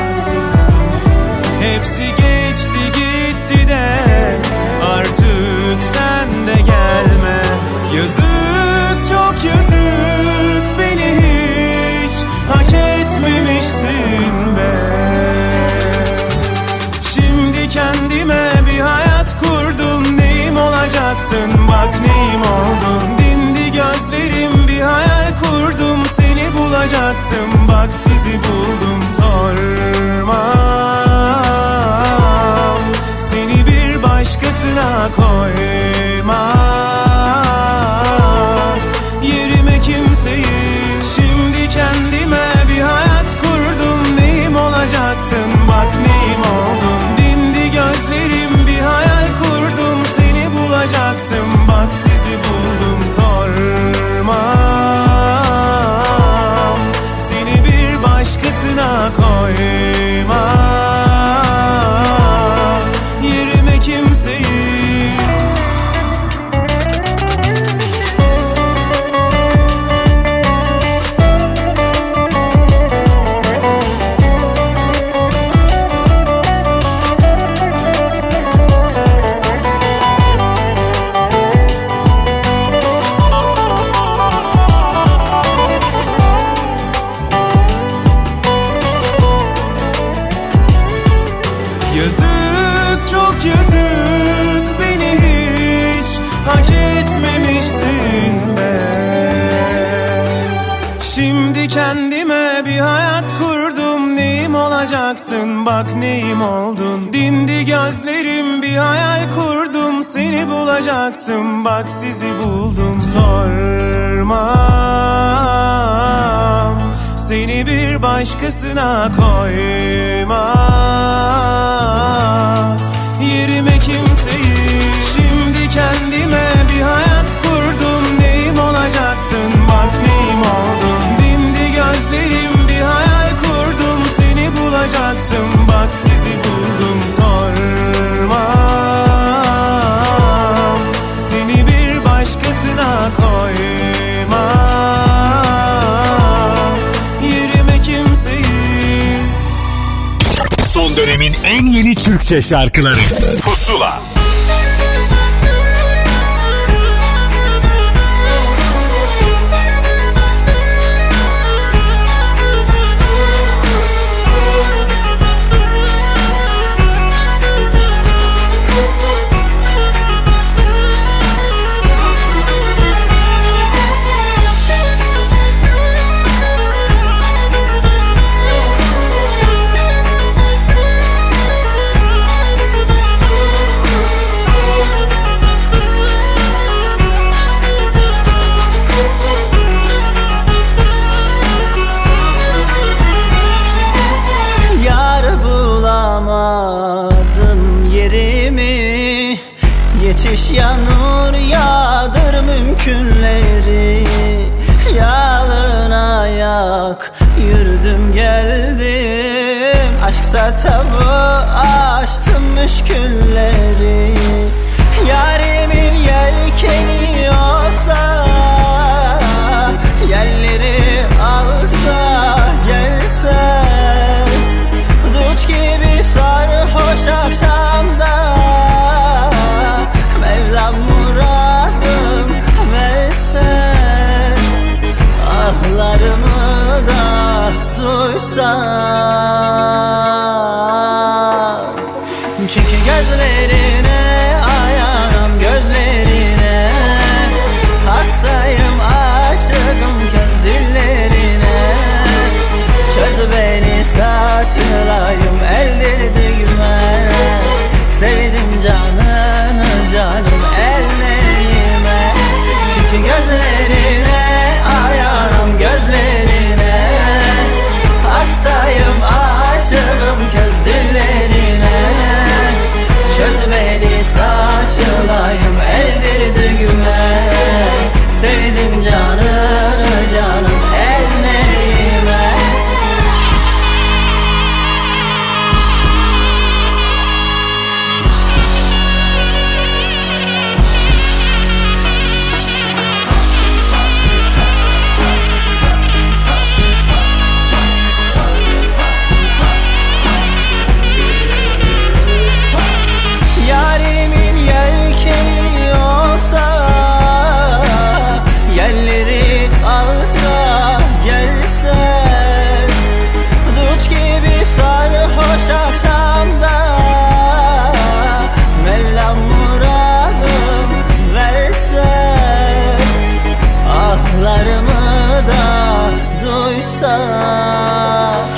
hepsi geçti gitti de artık sen de gelme. Yazık, çok yazık, beni hiç hak etmemişsin be. Şimdi kendime bir hayat kurdum, neyim olacaktın bak neyim oldun. Dindi gözlerim, bir hayal kurdum, seni bulacaktım bak sizi buldum. Sormam, seni bir başkasına koymam, yerime kimseyi. Şimdi kendime bir hayat kurdum, neyim olacaktın bak neyim oldun. Dindi gözlerim, bir hayal kurdum, seni bulacaktım bak sizi buldum. Sormam, seni bir başkasına koymam, yerime kimseyi. Yazık, çok yazık, beni hiç hak etmemişsin be. Şimdi kendime bir hayat kurdum, neyim olacaktın bak neyim oldun. Dindi gözlerim, bir hayal kurdum, seni bulacaktım bak sizi buldum. Sormam, seni bir başkasına koymam, yerime kimseyi. Şimdi kendime bir hayat kurdum, neyim olacaktın bak neyim oldun. Dindi gözlerim, bir hayal kurdum, seni bulacaktım bak sizi buldum. Sormam, seni bir başkasına koymam, yerime kimseyi. Son dönemin en yeni Türkçe şarkıları Pusula. Yağmur yağdır mümkünleri, yalın ayak yürüdüm geldim. Aşk sartabı açtım müşkülleri. Yarimin yelkeni olsa, yerleri alsa gelse, dut gibi sarhoş akşamda Mevlam muradım verse, ahlarımı da duysa. Çünkü gözlerine ayanım, gözlerine hastayım, aşığım göz dillerine. Çöz beni saçılayım eldirdiğime, sevdim canını canım ellerime. Çünkü gözlerine ayanım, gözlerine hastayım, aşığım göz dillerine. Çöz beni saçılayım eldirdiğime, sevdim canını canım ellerime.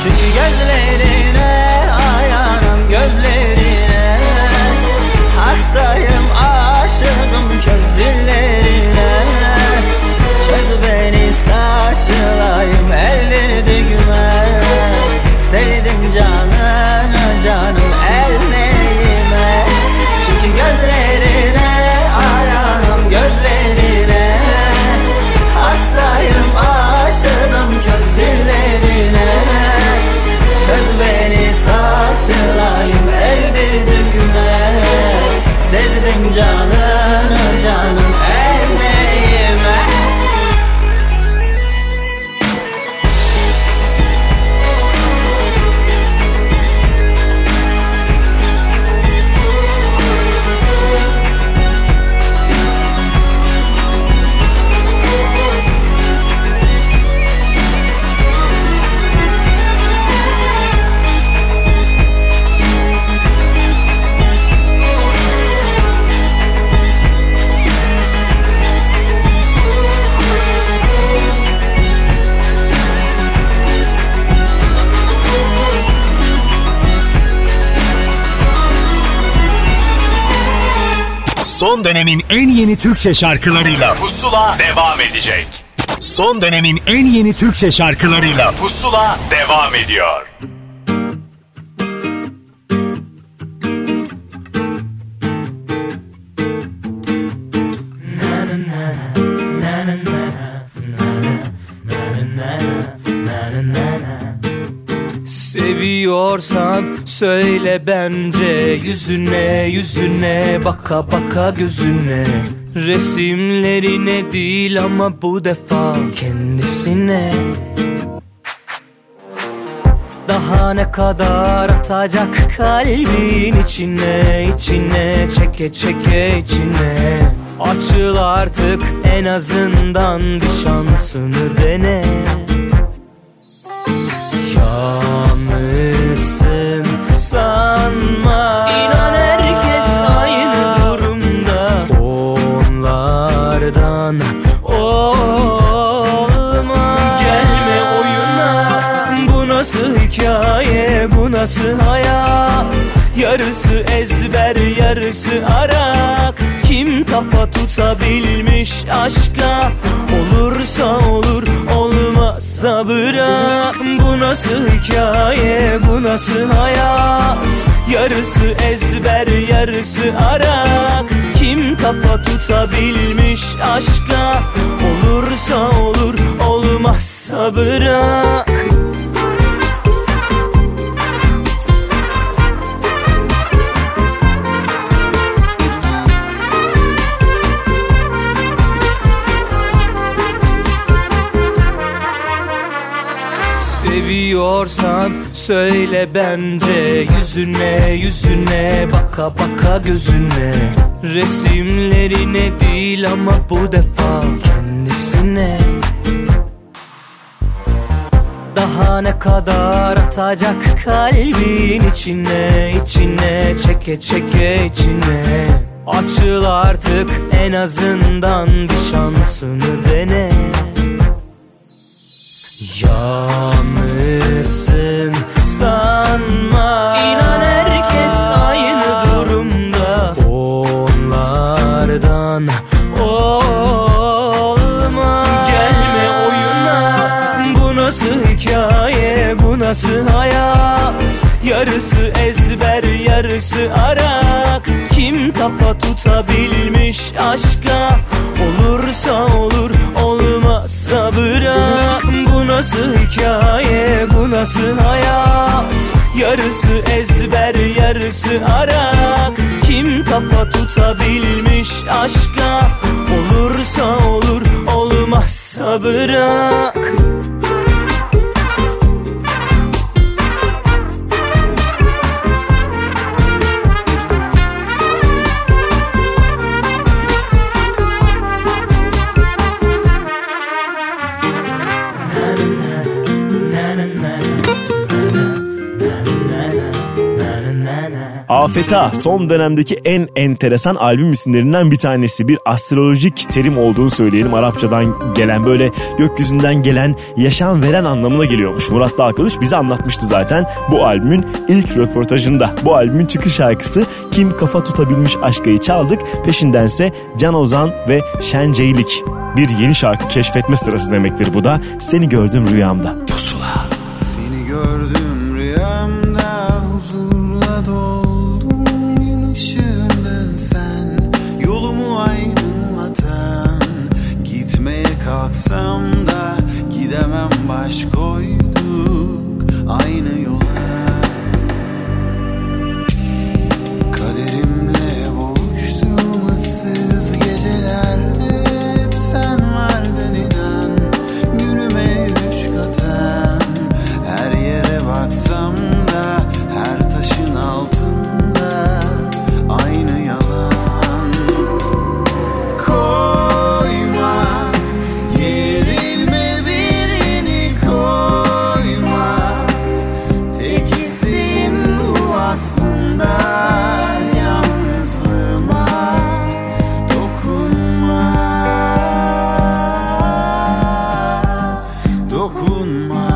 Çünkü gözlerine hayranım, gözlerine hastayım, aşığım köz dillerine. Çöz beni saçılayım ellerdigime. Sevdim canını canım elmeyime. Çünkü gözlerine hayranım, gözlerine hastayım, aşığım köz dillerine. Çöz beni saçılayım ellerdigime. Sevdim canını canım elmeyime. Son dönemin en yeni Türkçe şarkılarıyla Pusula devam edecek. Son dönemin en yeni Türkçe şarkılarıyla Pusula devam ediyor. Seviyorsan söyle bence, yüzüne yüzüne baka baka gözüne. Resimlerine değil ama bu defa kendisine. Daha ne kadar atacak kalbin içine, içine çeke çeke içine. Açıl artık, en azından bir şansını dene. Yalnızsın sanma, İnan herkes aynı durumda. Onlardan olma, gelme oyuna. Bu nasıl hikaye, bu nasıl hayat? Yarısı ezber, yarısı arak. Kim kafa tutabilmiş aşka? Olursa olur, olmazsa bırak. Bu nasıl hikaye, bu nasıl hayat? Yarısı ezber, yarısı arak. Kim kafa tutabilmiş aşka? Olursa olur, olmazsa bırak. Seviyorsan söyle bence, yüzüne yüzüne baka baka gözüne. Resimlerine değil ama bu defa kendisine. Daha ne kadar atacak kalbin içine, içine çeke çeke içine. Açıl artık, en azından bir şansını dene. Yalnızsın sanma, İnan herkes aynı durumda. Onlardan olma, gelme oyuna. Bu nasıl hikaye, bu nasıl hayat? Yarısı ezber, yarısı arak. Kim kafa tutabilmiş aşka? Olursa olur, olmazsa bırak. Bu nasıl hikaye, bu nasıl hayat? Yarısı ezber, yarısı arak. Kim kafa tutabilmiş aşka? Olursa olur, olmazsa bırak. Afeta son dönemdeki en enteresan albüm isimlerinden bir tanesi. Bir astrolojik terim olduğunu söyleyelim. Arapçadan gelen, böyle gökyüzünden gelen, yaşam veren anlamına geliyormuş. Murat Dağkılıç bize anlatmıştı zaten bu albümün ilk röportajında. Bu albümün çıkış şarkısı Kim Kafa Tutabilmiş Aşka'yı çaldık. Peşindense Can Ozan ve Şenceylik. Bir yeni şarkı keşfetme sırası demektir bu da. Seni gördüm rüyamda. Pusula. Seni gördüm rüyamda, huzurla doldum, gün ışığındın sen, yolumu aydınlatan. Gitmeye kalksam da gidemem, baş koyduk aynı yola. Kaderimle boğuştum ıssız gecelerde, hep sen vardın inan, günüme üç katan. Her yere baksam da her taşın altında aynı yalan. Koyma yerime birini, koyma, tek isteğim bu aslında, yalnızlığıma dokunma, dokunma.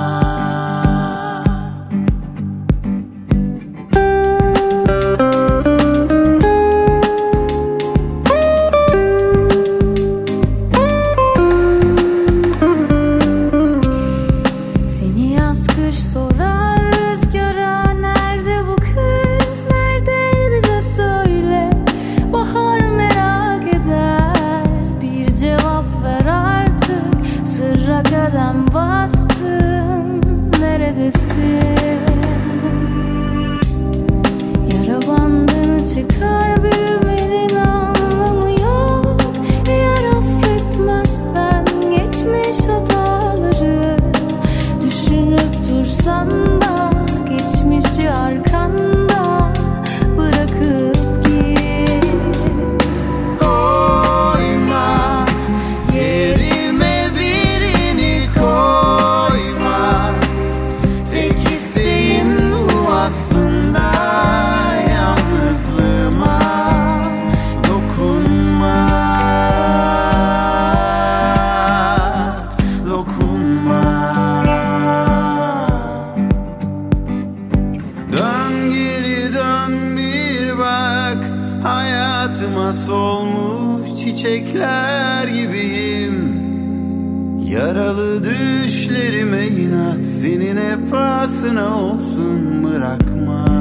Seni yaz kış sorar rüzgara, nerede bu kız, nerede bize söyle. Bahar merak eder, bir cevap ver artık. Sırra kadem bastın, neredesin? Yara bandını çıkar, büyümenin anlamı yok. Eğer affetmezsen geçmiş hataları, düşünüp dursan da geçmişi arkanda bırakıp git. Koyma yerime birini, koyma, tek isteğim bu aslında, yalnızlığıma dokunma, dokunma. Dön geri dön bir bak, hayatıma solmuş çiçekler gibiyim. Yaralı düşlerime inat, senin hep pahasına olsun bırakmam.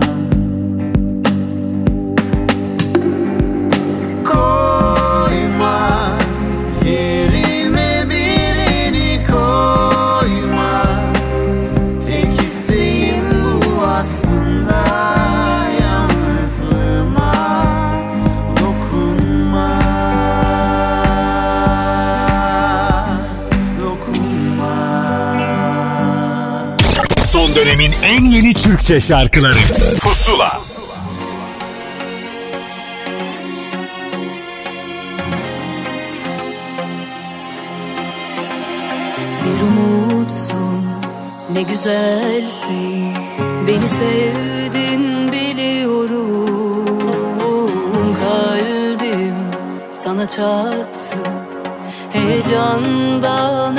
Koyma yerime birini, koyma, tek isteğim bu aslında, yalnızlığıma dokunma, dokunma. Son dönemin en yeni Türkçe şarkıları Pusula. Bir umutsun, ne güzelsin, beni sevdin biliyorum. Kalbim sana çarptı, heyecandan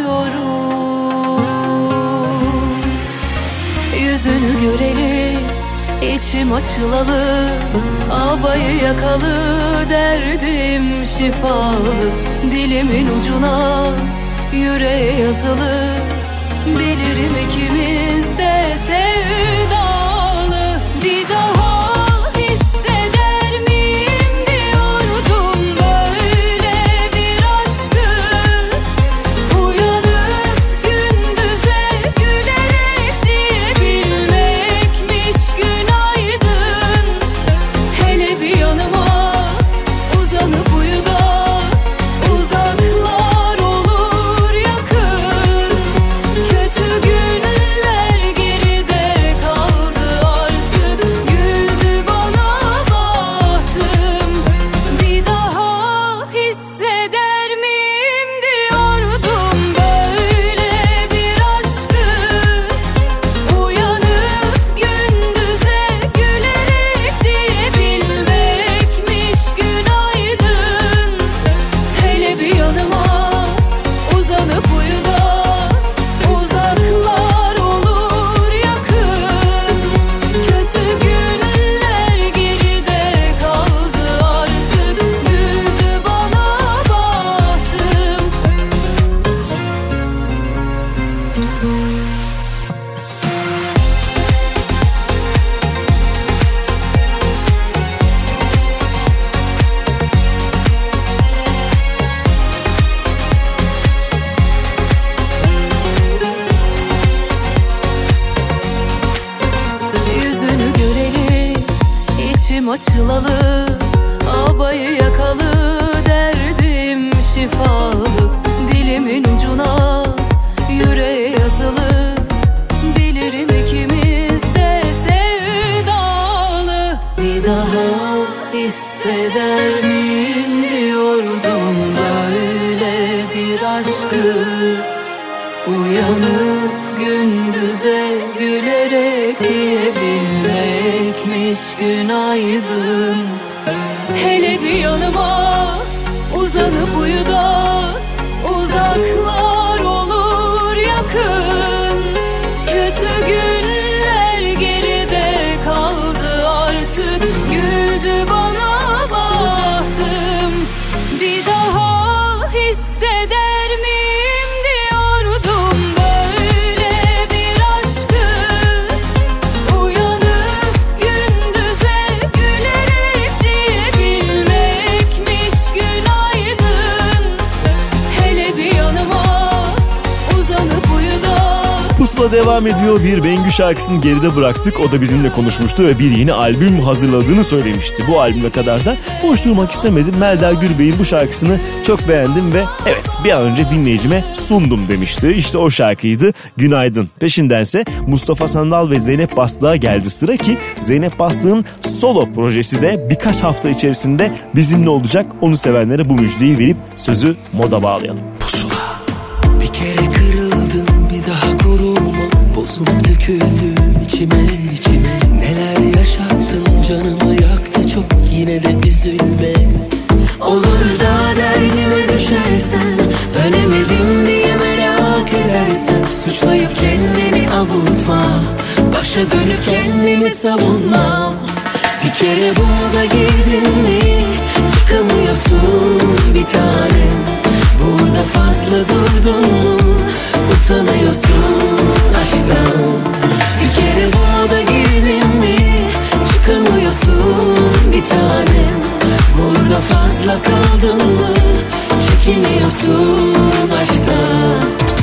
ölüyorum. Yüzünü göreli, içim açılalı, abayı yakalı, derdim şifalı. Dilimin ucuna yüreğe yazılı, bilirim ikimiz de sevdalı. Bir daha hisseder miyim diyordum böyle bir aşkı. Uyanıp gündüze gülerek diyebilmekmiş günaydın. Hele bir yanıma uzanıp uyu da uzaklar olur yakın. Kötü günler Gözüm açılalı, abayı yakalı, derdim şifalı. Dilimin ucuna yüreğe yazılı, bilirim ikimiz de sevdalı. Bir daha hisseder miyim diyordum böyle bir aşkı. Uyanıp gündüze gülerek diyebilmekmiş günaydın. Hele bir yanıma uzanıp uyu da uzaklar olur yakın. Kötü günler geride kaldı artık, güldü bana bahtım. Bir daha hisseder miyim diyordum böyle bir aşkı. Uyanıp gündüze gülerek diyebilmekmiş günaydın. Hele bir yanıma uzanıp uyu da. Pusula devam ediyor. Bir Bengü şarkısını geride bıraktık. O da bizimle konuşmuştu ve bir yeni albüm hazırladığını söylemişti. Bu albüme kadar da boş durmak istemedim. Melda Gürbey'in bu şarkısını çok beğendim ve evet bir an önce dinleyicime sundum demişti. İşte o şarkıydı Günaydın. Peşindense Mustafa Sandal ve Zeynep Bastık'a geldi sıra ki Zeynep Bastık'ın solo projesi de birkaç hafta içerisinde bizimle olacak. Onu sevenlere bu müjdeyi verip sözü moda bağlayalım. Pusula. Bir kere kırıldım, bir daha koruma. Bozulup döküldüm içime içime. Neler yaşattın, canımı yaktı çok, yine de üzülme. Olur da derdime düşersen, dönemedim diye merak edersen, suçlayıp kendini avutma, başa dönüp kendimi savunmam. Bir kere buna girdin mi çıkamıyorsun bir tanem. Burada fazla durdun mu utanıyorsun aşktan. Bir kere buna girdin mi çıkamıyorsun bir tanem. Burada fazla kaldın mı çekiniyorsun aşktan.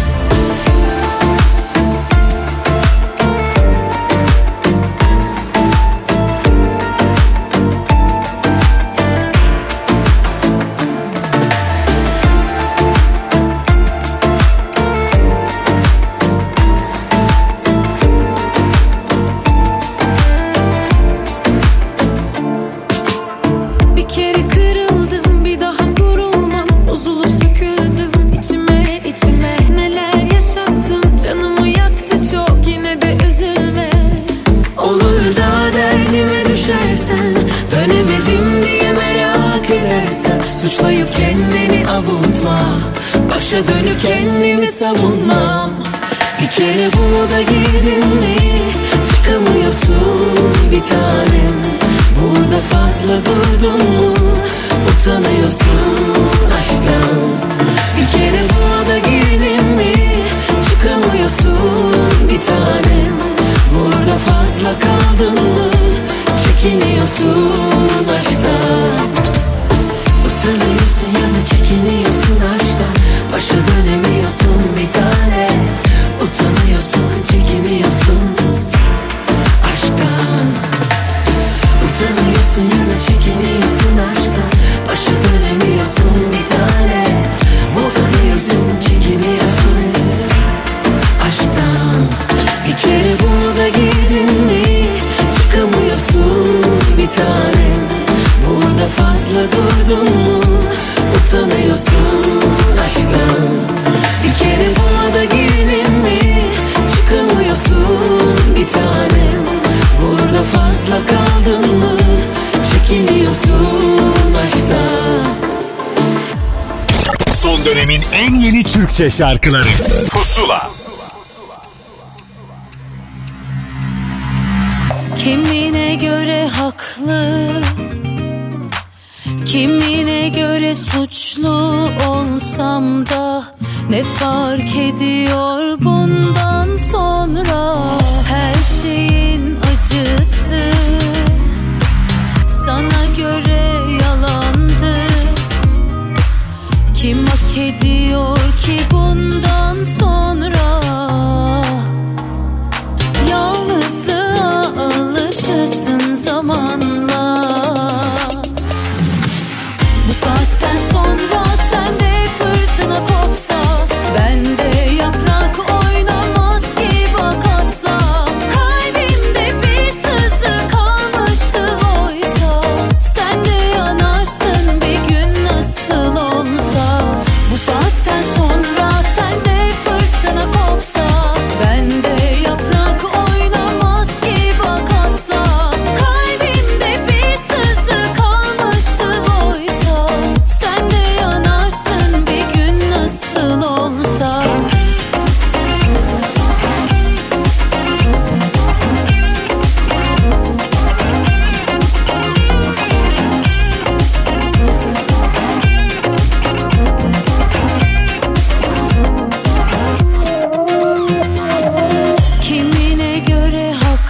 Suçlayıp kendini avutma, başa dönüp kendimi savunmam. Bir kere buna da girdin mi çıkamıyorsun bir tanem. Burada fazla durdun mu utanıyorsun aşktan. Bir kere buna da girdin mi çıkamıyorsun bir tanem. Burada fazla kaldın mı çekiniyorsun aşktan. Utanıyorsun ya da çekiniyorsun aşktan. Başa dönemiyorsun bir tane. Utanıyorsun, çekiniyorsun aşktan. Utanıyorsun ya da çekiniyorsun aşktan. Başa dönemiyorsun bir tane. Utanıyorsun, çekiniyorsun aşktan. Bir kere buna da girdin mi çıkamıyorsun bir tane. Burada fazla durdun mu utanıyorsun aşktan. Bir kere buna da girdin mi çıkamıyorsun bir tanem. Burada fazla kaldın mı çekiniyorsun aşktan. Son dönemin en yeni Türkçe şarkıları Pusula. Kimine göre haklı, kimine göre suçlu olsam da ne fark ediyor bundan sonra. Her şeyin acısı sana göre yalandı. Kim hak ediyor ki bundan sonra? Yalnızlığa alışırsın zamanla.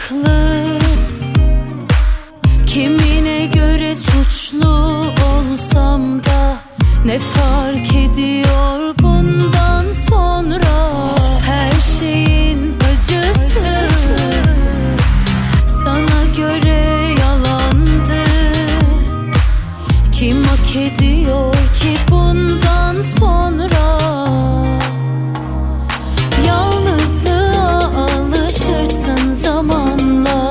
haklı, kimine göre suçlu olsam da ne fark ediyor bundan sonra? Her şeyin acısı sana göre yalandı. Kim hak ediyor ki bundan sonra? Yalnızlığa alışırsın zamanla.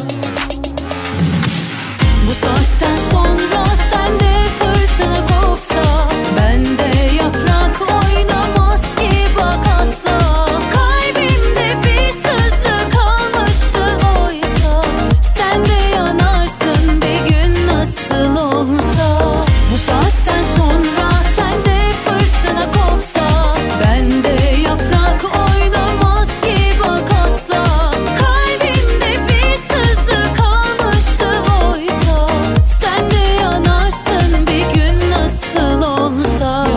Bu saatten sonra sende fırtına kopsa, bende yaprak oynamaz ki bak asla. Kalbimde bir sızı kalmıştı oysa, sen de yanarsın bir gün nasıl olsa. Bu saatten sonra sende fırtına kopsa, bende yaprak oynamaz ki bak asla. Kalbimde bir sızı kalmıştı oysa, sen de yanarsın bir gün nasıl olsa.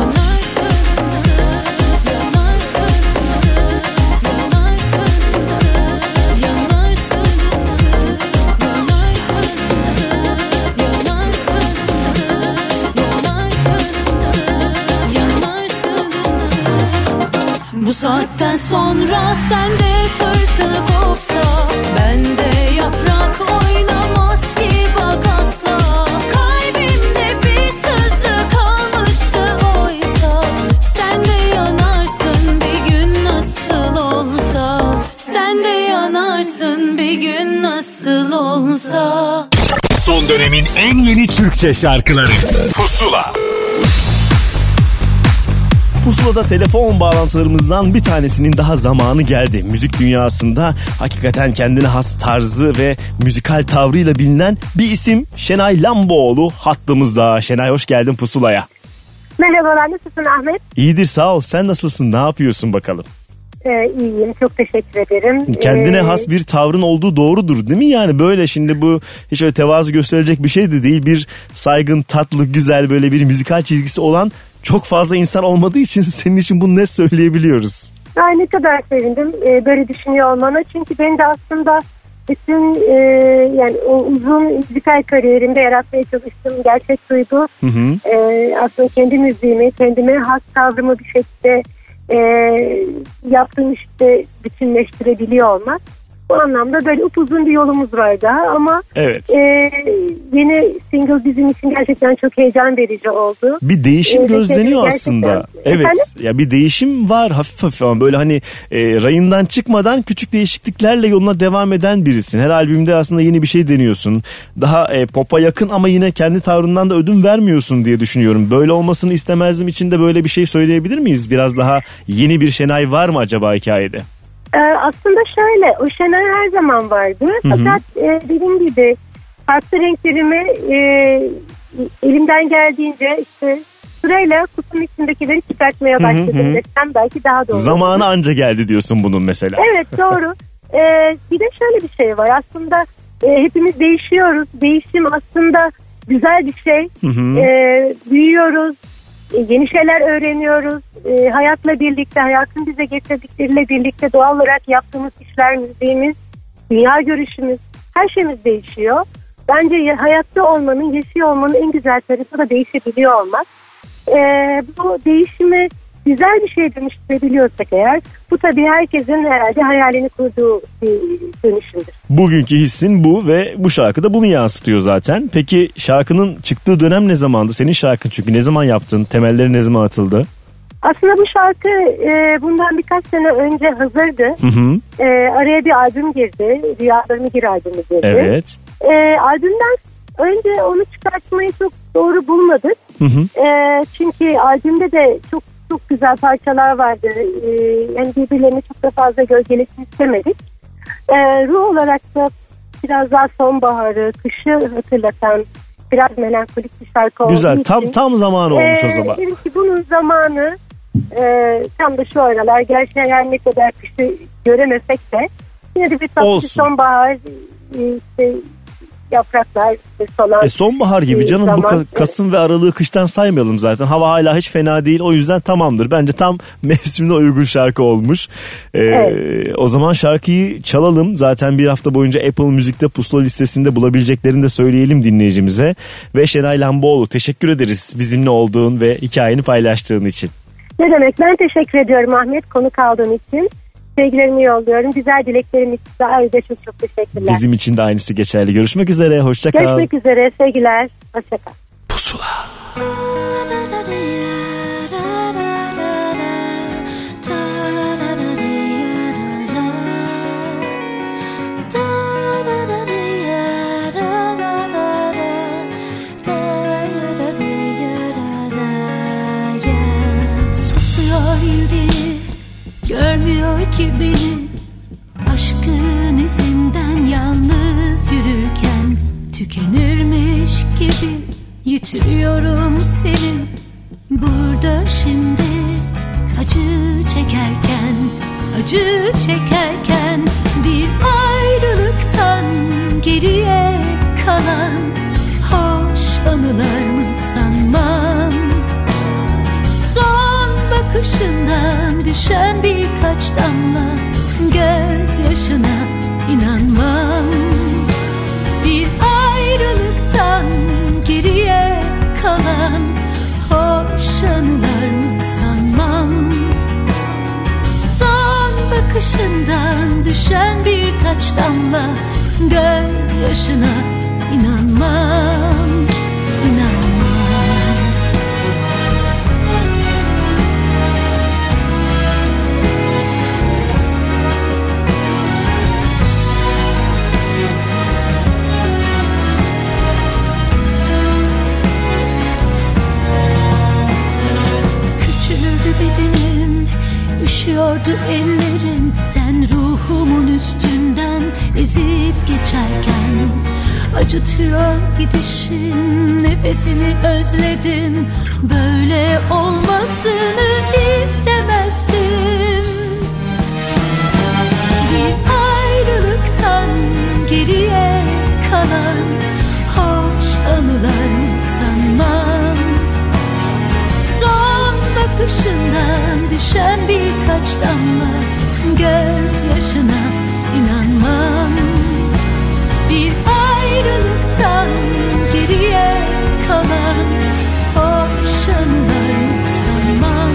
Bu saatten sonra sende fırtına kopsa, bende yaprak oynamaz ki bak asla. Kalbimde bir sızı kalmıştı oysa, sen de yanarsın bir gün nasıl olsa. Sen de yanarsın bir gün nasıl olsa. Son dönemin en yeni Türkçe şarkıları Pusula. Pusula'da telefon bağlantılarımızdan bir tanesinin daha zamanı geldi. Müzik dünyasında hakikaten kendine has tarzı ve müzikal tavrıyla bilinen bir isim Şenay Lamboğlu hattımızda. Şenay, hoş geldin Pusula'ya. Merhabalar, nasılsın Ahmet? İyidir, sağ ol. Sen nasılsın? Ne yapıyorsun bakalım? Ee, iyiyim, çok teşekkür ederim. Kendine ee... has bir tavrın olduğu doğrudur değil mi? Yani böyle şimdi bu hiç öyle tevazu gösterecek bir şey de değil. Bir saygın, tatlı, güzel böyle bir müzikal çizgisi olan çok fazla insan olmadığı için senin için bunu ne söyleyebiliyoruz? Ay, ne kadar sevindim ee, böyle düşünüyor olmana. Çünkü ben de aslında bütün e, yani o uzun müzikal kariyerimde yaratmaya çalıştığım gerçek duygu hı hı. E, aslında kendi müziğimi, kendime has tavrımı bir şekilde e, yaptığım işte bütünleştirebiliyor olmak. Bu anlamda böyle upuzun bir yolumuz var daha ama evet. e, yeni single bizim için gerçekten çok heyecan verici oldu. Bir değişim e, gözleniyor aslında. Evet. Efendim? Ya bir değişim var hafif hafif ama böyle hani e, rayından çıkmadan küçük değişikliklerle yoluna devam eden birisin. Her albümde aslında yeni bir şey deniyorsun. Daha e, pop'a yakın ama yine kendi tavrından da ödün vermiyorsun diye düşünüyorum. Böyle olmasını istemezdim için de böyle bir şey söyleyebilir miyiz? Biraz daha yeni bir Şenay var mı acaba hikayede? Ee, aslında şöyle, o Şenay her zaman vardı. Hı hı. Fakat e, dediğim gibi farklı renklerimi e, elimden geldiğince işte sırayla kutunun içindekileri çıkartmaya başladım desem belki daha doğru. Zamanı anca geldi diyorsun bunun mesela. Evet, doğru. ee, bir de şöyle bir şey var aslında e, hepimiz değişiyoruz. Değişim aslında güzel bir şey. Hı hı. E, büyüyoruz. Yeni şeyler öğreniyoruz. E, hayatla birlikte, hayatın bize getirdikleriyle birlikte doğal olarak yaptığımız işler, müziğimiz, dünya görüşümüz, her şeyimiz değişiyor. Bence hayatta olmanın, yaşıyor olmanın en güzel tarafı da değişebiliyor olmak. E, bu değişimi güzel bir şey dönüştürebiliyorsak eğer, bu tabii herkesin herhalde hayalini kurduğu bir dönüşümdür. Bugünkü hissin bu ve bu şarkı da bunu yansıtıyor zaten. Peki şarkının çıktığı dönem ne zamandı? Senin şarkın çünkü ne zaman yaptın? Temelleri ne zaman atıldı? Aslında bu şarkı e, bundan birkaç sene önce hazırdı. Hı hı. E, araya bir albüm girdi. Rüyalarımı Gir albümü girdi. Evet. E, albümden önce onu çıkartmayı çok doğru bulmadık. Hı hı. E, çünkü albümde de çok çok güzel parçalar vardı. E, yani birbirlerini çok da fazla gölgelesin istemedik. E, ruh olarak da biraz daha sonbaharı, kışı hatırlatan biraz melankolik bir şarkı olduğu güzel, için. tam tam zamanı olmuş e, o zaman. Dedim ki bunun zamanı e, tam da şu aralar. Gerçi her ne kadar kışı göremesek de yine de bir tatlı sonbahar, işte yapraklar solan. E sonbahar gibi canım zaman. bu ka- Kasım ve Aralık'ı kıştan saymayalım zaten. Hava hala hiç fena değil, o yüzden tamamdır. Bence tam mevsimine uygun şarkı olmuş. Ee, evet. O zaman şarkıyı çalalım. Zaten bir hafta boyunca Apple Müzik'te Pusula listesinde bulabileceklerini de söyleyelim dinleyicimize. Ve Şenay Lamboğlu, teşekkür ederiz bizimle olduğun ve hikayeni paylaştığın için. Ne demek, ben teşekkür ediyorum Ahmet, konuk aldığın için. Sevgilerimi yolluyorum. Güzel dileklerim için de ayrıca çok çok teşekkürler. Bizim için de aynısı geçerli. Görüşmek üzere. Hoşça kal. Görüşmek üzere. Sevgiler. Hoşça kal. Pusula. Susuyor yüreği, görmüyor ki beni, aşkın izinden yalnız yürürken tükenirmiş gibi yitiriyorum seni. Burada şimdi acı çekerken, acı çekerken bir ayrılıktan geriye kalan hoş anılar mı sanmam. Son bakışından düşen birkaç damla gözyaşına inanmam. Bir ayrılıktan geriye kalan hoş anılar mı sanmam. Son bakışından düşen birkaç damla gözyaşına inanmam, inanmam. Bedenim, üşüyordu ellerim, sen ruhumun üstünden ezip geçerken. Acıtıyor gidişin, nefesini özledim, böyle olmasını istemezdim. Bir ayrılıktan geriye kalan hoş anılar mı sanmam. Bakışından düşen birkaç damla gözyaşına inanmam. Bir ayrılıktan geriye kalan hoş anılar mı sanmam.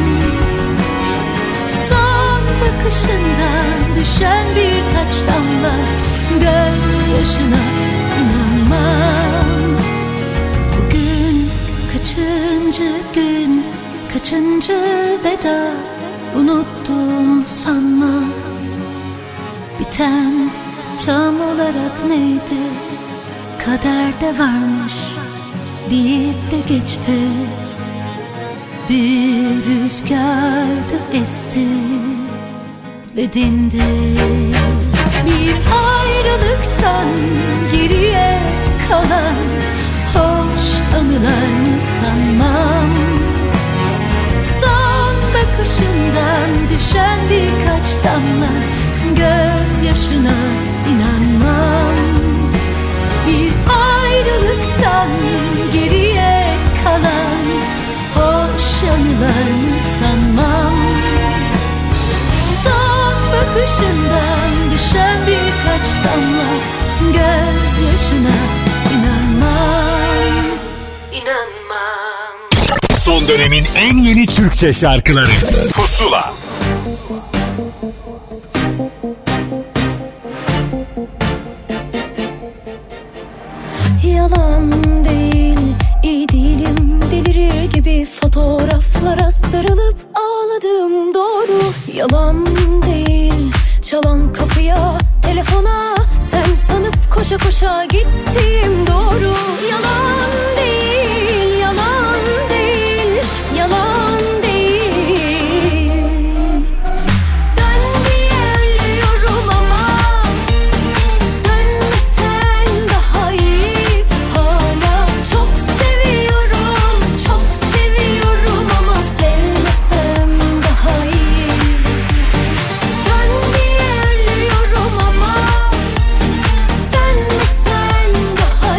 Son bakışından düşen birkaç damla gözyaşına inanmam. Bugün kaçıncı gün, kaçıncı veda, unuttum sanma. Biten tam olarak neydi, kaderde varmış deyip de geçti. Bir rüzgarda esti ve dindi. Bir ayrılıktan geriye kalan hoş anılar mı sanmam. Son bakışından düşen birkaç damla gözyaşına inanmam. Bir ayrılıktan geriye kalan hoş anılar mı sanmam. Son bakışından düşen birkaç damla gözyaşına inanmam, inanmam. Son dönemin en yeni Türkçe şarkıları Pusula. Yalan değil, iyi değilim, delirir gibi fotoğraflara sarılıp ağladım doğru. Yalan değil, çalan kapıya, telefona sen sanıp koşa koşa gittim doğru. Yalan değil, yalan değil, yalan değil. Dön diye ölüyorum ama dönmesen daha iyi. Hala çok seviyorum, çok seviyorum ama sevmesem daha iyi. Dön diye ölüyorum ama dönmesen daha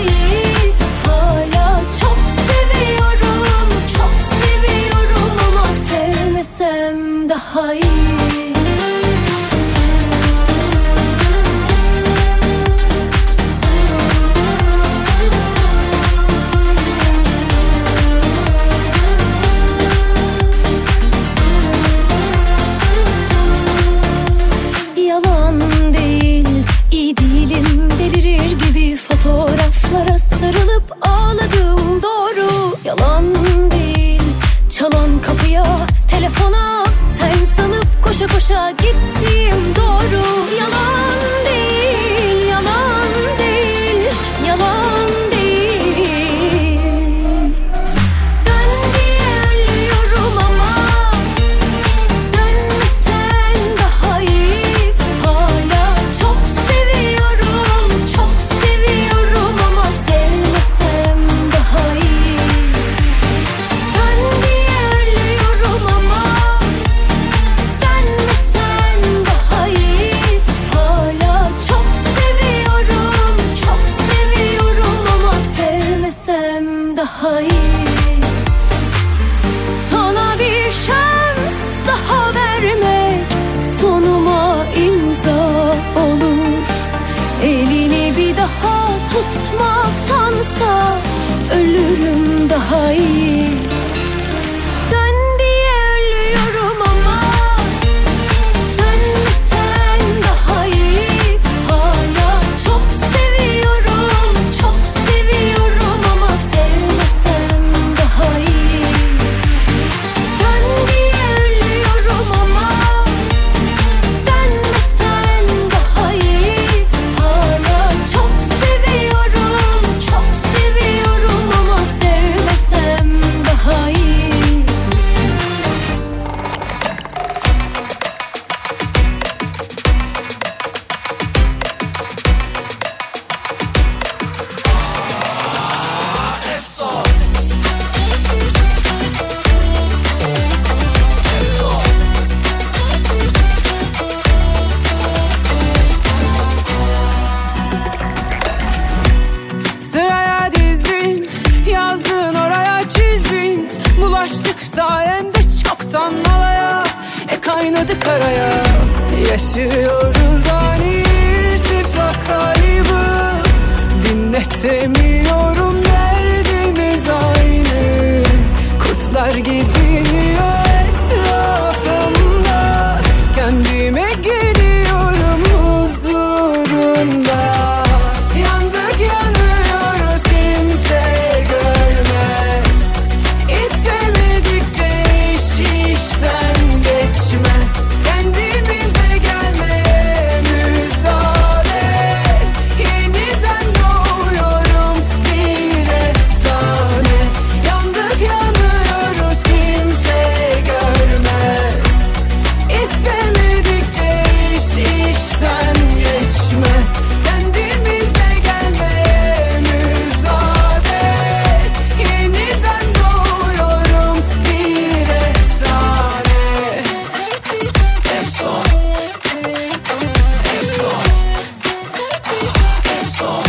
boşa gittiğim doğru. Yalan değil, yalan değil, yalan değil. Dön diye ölüyorum ama dönmesen daha iyi. Hala çok seviyorum, çok seviyorum ama sevmesem daha iyi. Dön diye ölüyorum ama dönmesen daha iyi. Hala çok seviyorum, çok seviyorum ama sevmesem daha iyi. Sana bir şans daha vermek sonuma imza olur. Elini bir daha tutmaktansa ölürüm daha iyi. Dön diye ölüyorum ama dönmesen daha iyi. Hala çok seviyorum, çok seviyorum ama sevmesem daha iyi. Dön diye ölüyorum ama dönmesen daha iyi. Hala çok seviyorum, çok seviyorum ama sevmesem daha iyi. Sıraya dizdin, yazdın oraya çizdin. Bulaştık sayende çoktan malaya. E kaynadı karaya. Yaşıyoruz ani irtifak kaybı. Dinletemiyorum derdimiz aynı. Kurtlar geziniyor etrafımda. Kendime geliyorum huzurunda. Yandık yanıyoruz kimse görmez. İstemedikçe iş işten geçmez. Kendimize gelmeye müsaade. Yeniden doğuyorum bir efsane. Yandık yanıyoruz kimse görmez. İstemedikçe iş işten geçmez. Kendimize gelmeye müsaade. Yeniden doğuyorum bir efsane. Efson, efson, efson,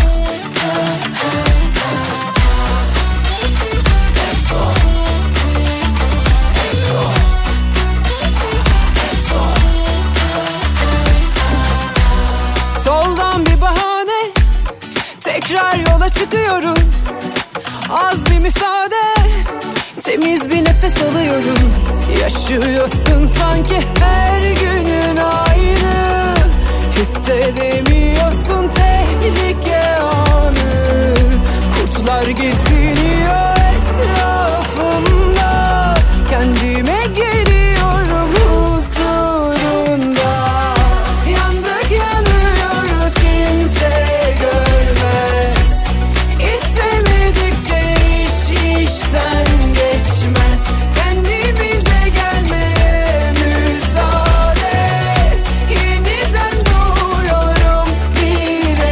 soldan bir bahane, tekrar yola çıkıyoruz. Az bir müsaade, temiz bir nefes alıyoruz. Yaşıyorsun sanki her günün aynı. Hissedemiyorsun tehlike anı. Kurtlar geziniyor etrafımda. Kendime geliyorum huzurunda. Yandık yanıyoruz kimse görmez. İstemedikçe iş işten geçmez. Kendimize gelmeye müsaade. Yeniden doğuyorum bir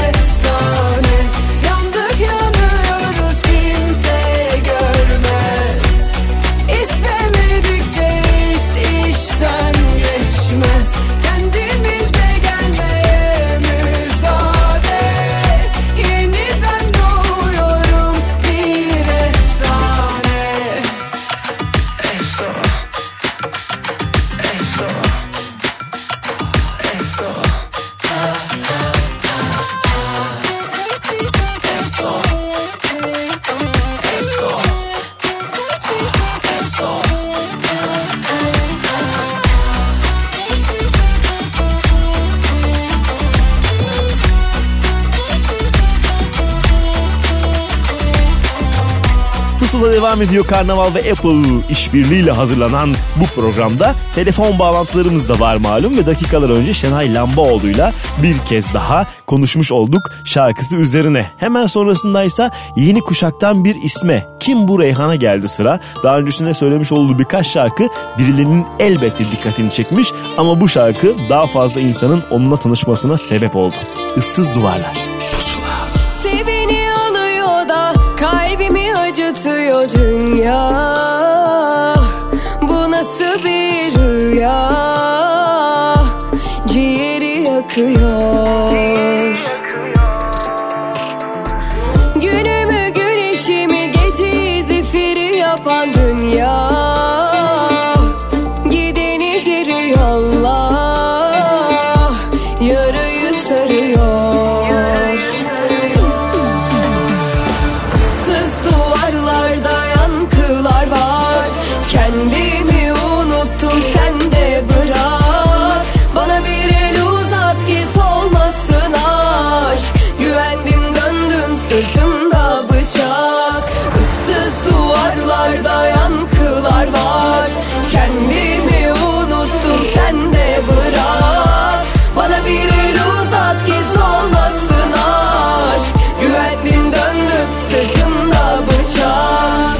Pusula devam ediyor. Karnaval ve Apple işbirliğiyle hazırlanan bu programda telefon bağlantılarımız da var malum ve dakikalar önce Şenay Lambaoğlu'yla bir kez daha konuşmuş olduk şarkısı üzerine. Hemen sonrasındaysa yeni kuşaktan bir isme Kim Bu Reyhan'a geldi sıra. Daha öncesinde söylemiş olduğu birkaç şarkı birilerinin elbette dikkatini çekmiş ama bu şarkı daha fazla insanın onunla tanışmasına sebep oldu. Issız Duvarlar. Pusula. Seveni alıyor da kalbimi acıtıyor dünya. Bu nasıl bir rüya? Ciğeri yakıyor. Günümü güneşimi geceyi zifiri yapan dünya. Gideni geri yolla. Yarayı sarıyor. Issız duvarlarda yankılar var. Kendimi unuttum, sen de bırak. Bana bir el uzat ki solmasın aşk. Güvendim döndüm sırtımda bıçak. Issız duvarlarda yankılar var. Kendimi unuttum, sen de bırak. Bana bir el uzat ki solmasın aşk. Güvendim döndüm sırtımda bıçak.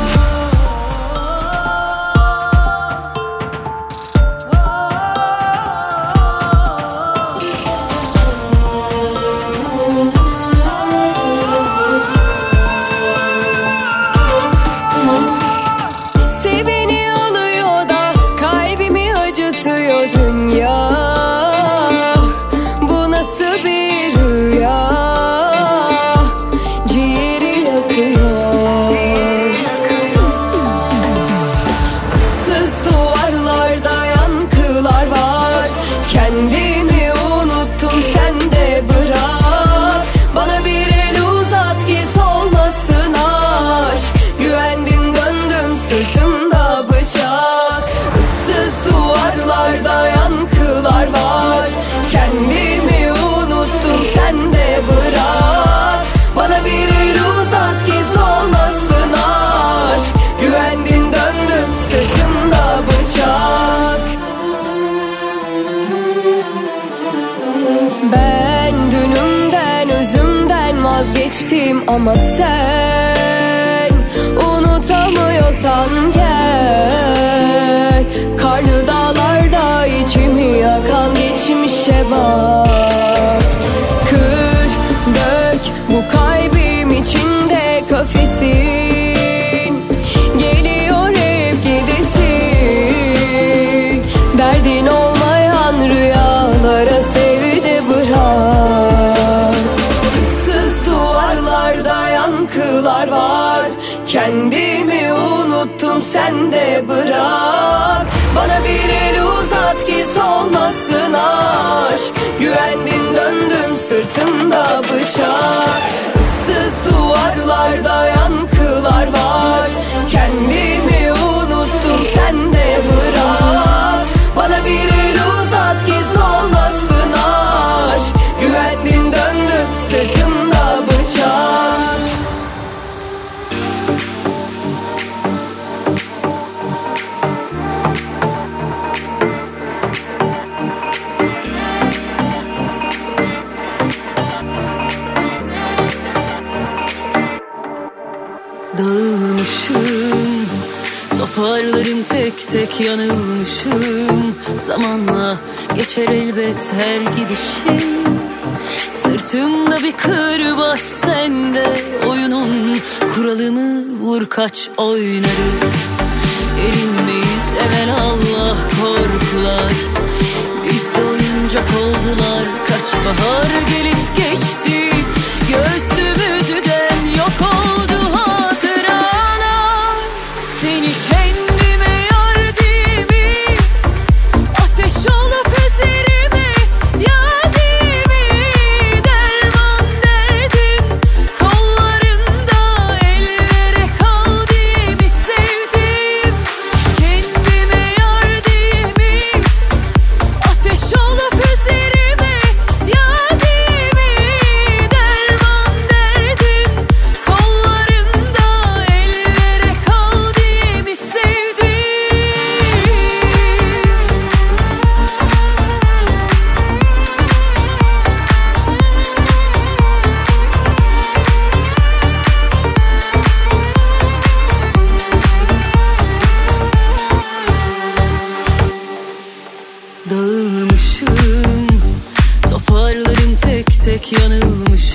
Seveni alıyor da kalbimi acıtıyor dünya. Bu nasıl bir rüya? Ciğeri yakıyor. Issız duvarlarda yankılar var. Kendimi unuttum, sen de bırak. Bana bir el uzat ki solmasın aşk. Güvendim döndüm sırtımda bıçak. Issız duvarlarda yankılar var. Kendimi unuttum, sen de bırak. Bana bir el uzat ki solmasın aşk. Güvendim döndüm sırtımda bıçak. Ben dünümden özümden vazgeçtim ama sen unutamıyorsan gel. Karlı dağlarda içimi yakan geçmişe bak. Kır, dök bu kalbim içinde kafesin. Geliyor hep gidesin. Derdin olmayan rüyalara sevdi bırak. Issız duvarlarda yankılar var. Kendimi unuttum, sen de bırak. Bana bir el uzat ki solmasın aşk. Güvendim döndüm sırtımda bıçak. Issız duvarlarda yankılar var. Kendimi unuttum, sen de bırak. Bana bir el uzat ki solmasın aşk. Güvendim döndüm sırtımda bıçak. Dağılmışım, toparlarım tek tek yanılmışım. Zamanla geçer elbet her gidişim. Sırtımda bir kırbaç sende, oyunun kuralımı vur kaç oynarız. Erinmeyiz evelallah korkular. Bizde oyuncak oldular, kaç bahar gelip geçti. Göğsümüzden yok oldu hatıralar. Seni kendime yar dimi, ateş olup üzerime yadimi. Derman derdin kollarında, ellere kaldığımı sevdim. Kendime yar dimi, ateş olup üzerime yadimi.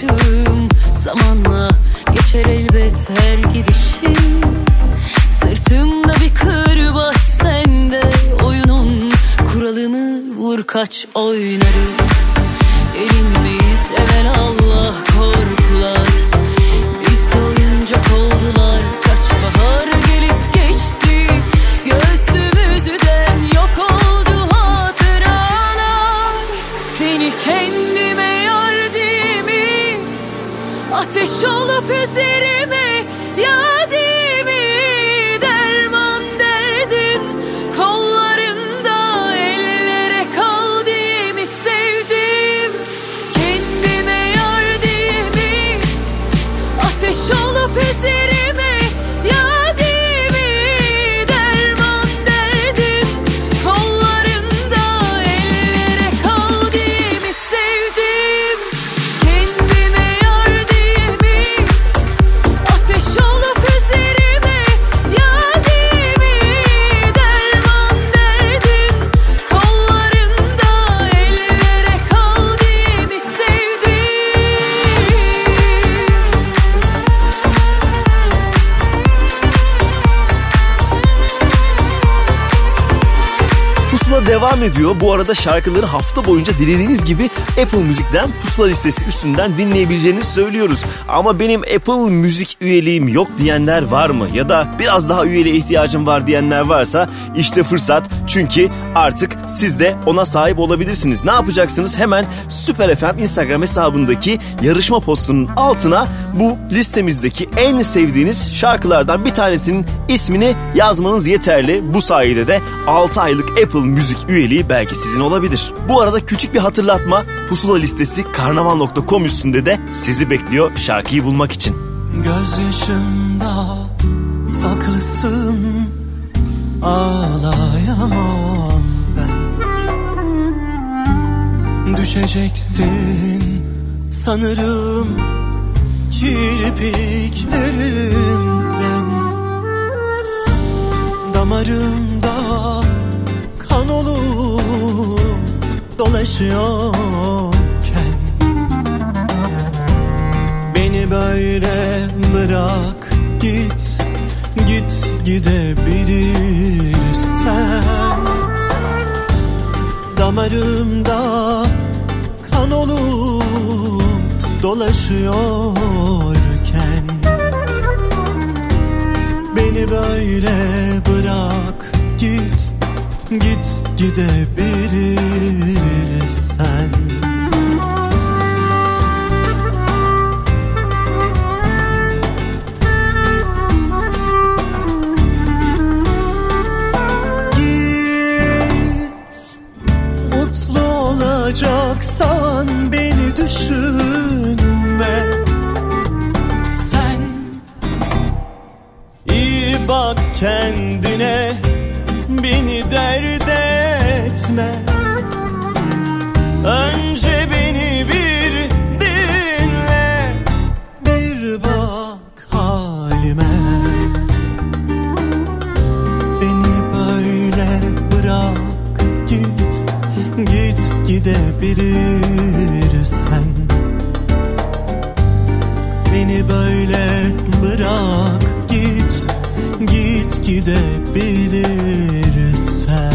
aşığım. Zamanla geçer elbet her gidişim. Sırtımda bir kırbaç, sende oyunun kuralını vur kaç oynarız. Erinmeyiz evelallah korkular, bizde oyuncak oldular. Kaç bahar gelip geçti, göğsümüzden yok oldu hatıralar. Seni kendime yar değil mi, ateş olup üzerime ya değil mi? Derman derdin kollarında, ellere kal diye mi sevdim? Kendime yar değil mi, ateş olup üzerime ya değil mi? Derman derdin kollarında, ellere kal diye mi sevdim? Kendime yar değil mi, ateş olup üzerime ya değil mi? Derman derdin kollarında, ellere kal diye mi sevdim? Pusula devam ediyor. Bu arada şarkıları hafta boyunca dilediğiniz gibi Apple Müzik'ten Pusula listesi üstünden dinleyebileceğinizi söylüyoruz. Ama benim Apple Müzik üyeliğim yok diyenler var mı? Ya da biraz daha üyeliğe ihtiyacım var diyenler varsa işte fırsat. Çünkü artık siz de ona sahip olabilirsiniz. Ne yapacaksınız? Hemen Süper F M Instagram hesabındaki yarışma postunun altına bu listemizdeki en sevdiğiniz şarkılardan bir tanesinin ismini yazmanız yeterli. Bu sayede de altı aylık Apple Müzik üyeliği belki sizin olabilir. Bu arada küçük bir hatırlatma, Pusula listesi karnaval nokta com üstünde de sizi bekliyor şarkıyı bulmak için. Gözyaşımda saklısın, ağlayamam ben. Düşeceksin sanırım kirpiklerimden. Damarımda kan olup dolaşıyorken beni böyle bırak git, git gidebilirsen. Damarımda kan olup dolaşıyorken beni böyle bırak git, git gidebilirsen. Git, mutlu olacaksan beni düşünme. Sen iyi bak kendine, beni dert etme. Önce beni bir dinle, bir bak halime. Beni böyle bırak git, git gidebilirsen. Beni böyle bırak git, git gidebilirsen.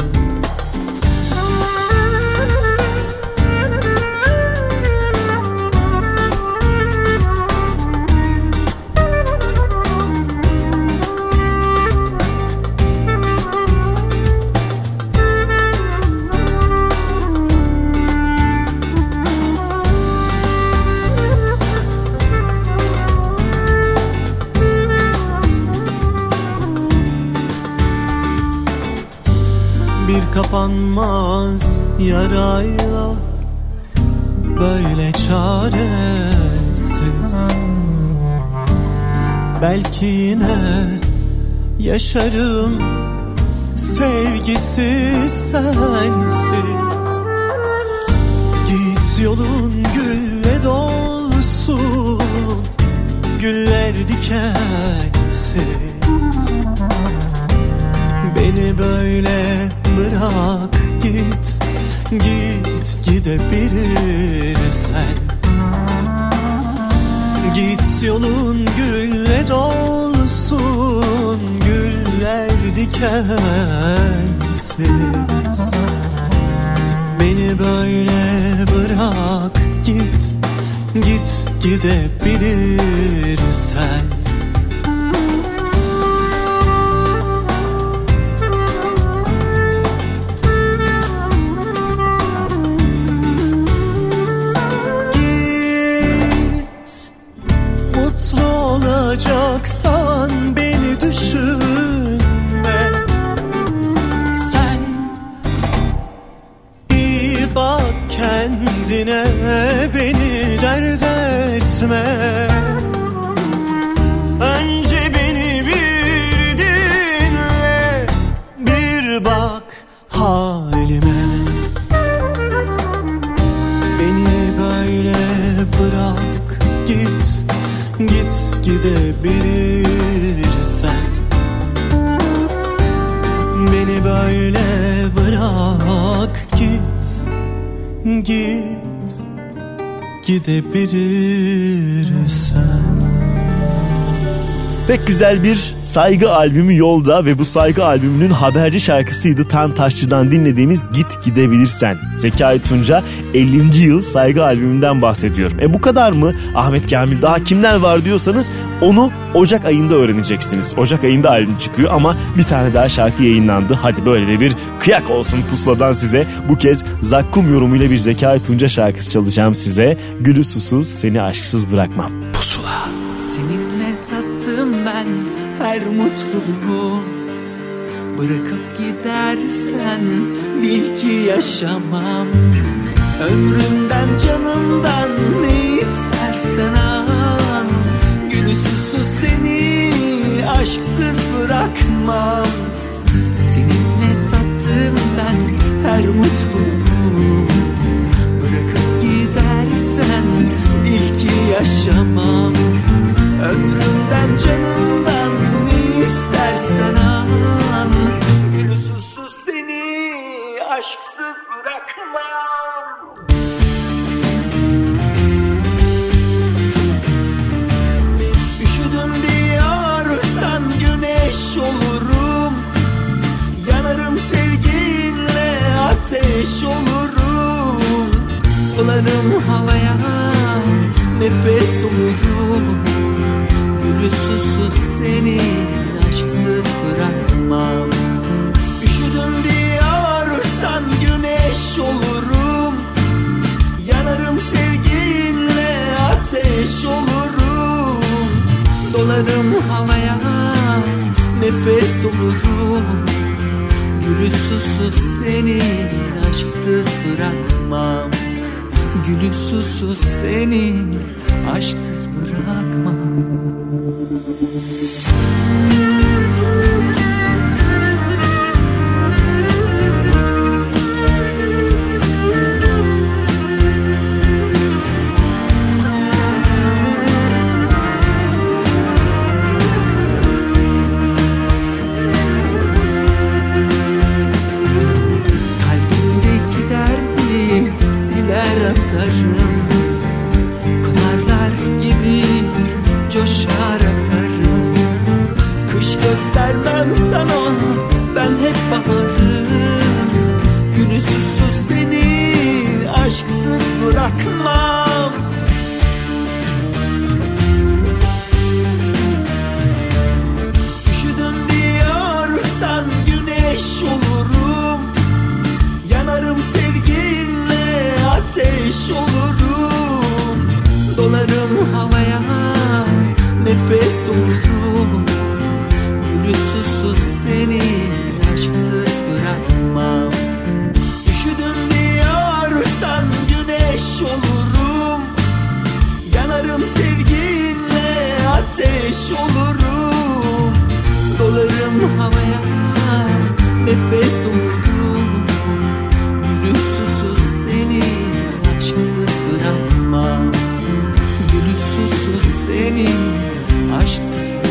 Kapanmaz yarayla böyle çaresiz. Belki yine yaşarım sevgisiz sensiz. Git yolun gülle dolsun, güller dikensiz. Beni böyle bırak git, git gidebilirsen. Git yolun gülle dolsun, güller dikensiz. Beni böyle bırak git, git gidebilirsen. Olacaksan beni düşünme. Sen iyi bak kendine, beni dert etme. Önce beni bir dinle, bir bak halime. Beni böyle bırak git, git gidebilirsen. Beni böyle bırak git, git gidebilirsen. Pek güzel bir saygı albümü yolda ve bu saygı albümünün haberci şarkısıydı Tan Taşçı'dan dinlediğimiz Git Gidebilirsen. Zekai Tunca ellinci yıl saygı albümünden bahsediyorum. E bu kadar mı Ahmet Kamil, daha kimler var diyorsanız onu Ocak ayında öğreneceksiniz. Ocak ayında albüm çıkıyor ama bir tane daha şarkı yayınlandı. Hadi böyle de bir kıyak olsun pusuladan size. Bu kez Zakkum yorumuyla bir Zekai Tunca şarkısı çalacağım size. Gülü susuz seni aşksız bırakmam. Pusula. Seninle tattım ben her mutluluğu. Bırakıp gidersen bil ki yaşamam. Ömrümden canımdan ne istersen al. Gülü susuz seni aşksız bırakmam. Seninle tattım ben her mutluluğu. Bırakıp gidersen bil ki yaşamam. Ömrümden canımdan ne istersen al. Gülü susuz seni aşksız bırakmam. Üşüdüm diyorsan güneş olurum. Yanarım sevginle ateş olurum. Ulanım havaya nefes olurum. Gülü susuz seni aşksız bırakmam. Üşüdüm diyorsan güneş olurum. Yanarım sevginle ateş olurum. Dolarım havaya nefes olurum. Gülü susuz seni aşksız bırakmam. Gülü susuz seni aşksız bırakmam. Kalbimdeki derdi siler atarım. Pınarlar gibi coşar akarım. Kış göstermem sana ben hep baharım. Gülü susuz seni aşksız bırakmam. Üşüdüm diyorsan güneş olurum. Yanarım sevginle ateş olurum. Dolarım havaya nefes olurum. Gülü susuz seni aşksız bırakmam. Üşüdüm diyorsan güneş olurum. Yanarım sevginle ateş olurum. Dolarım havaya nefes olurum. Gülü susuz seni aşksız bırakmam. Gülü susuz seni aşksız bırakmam.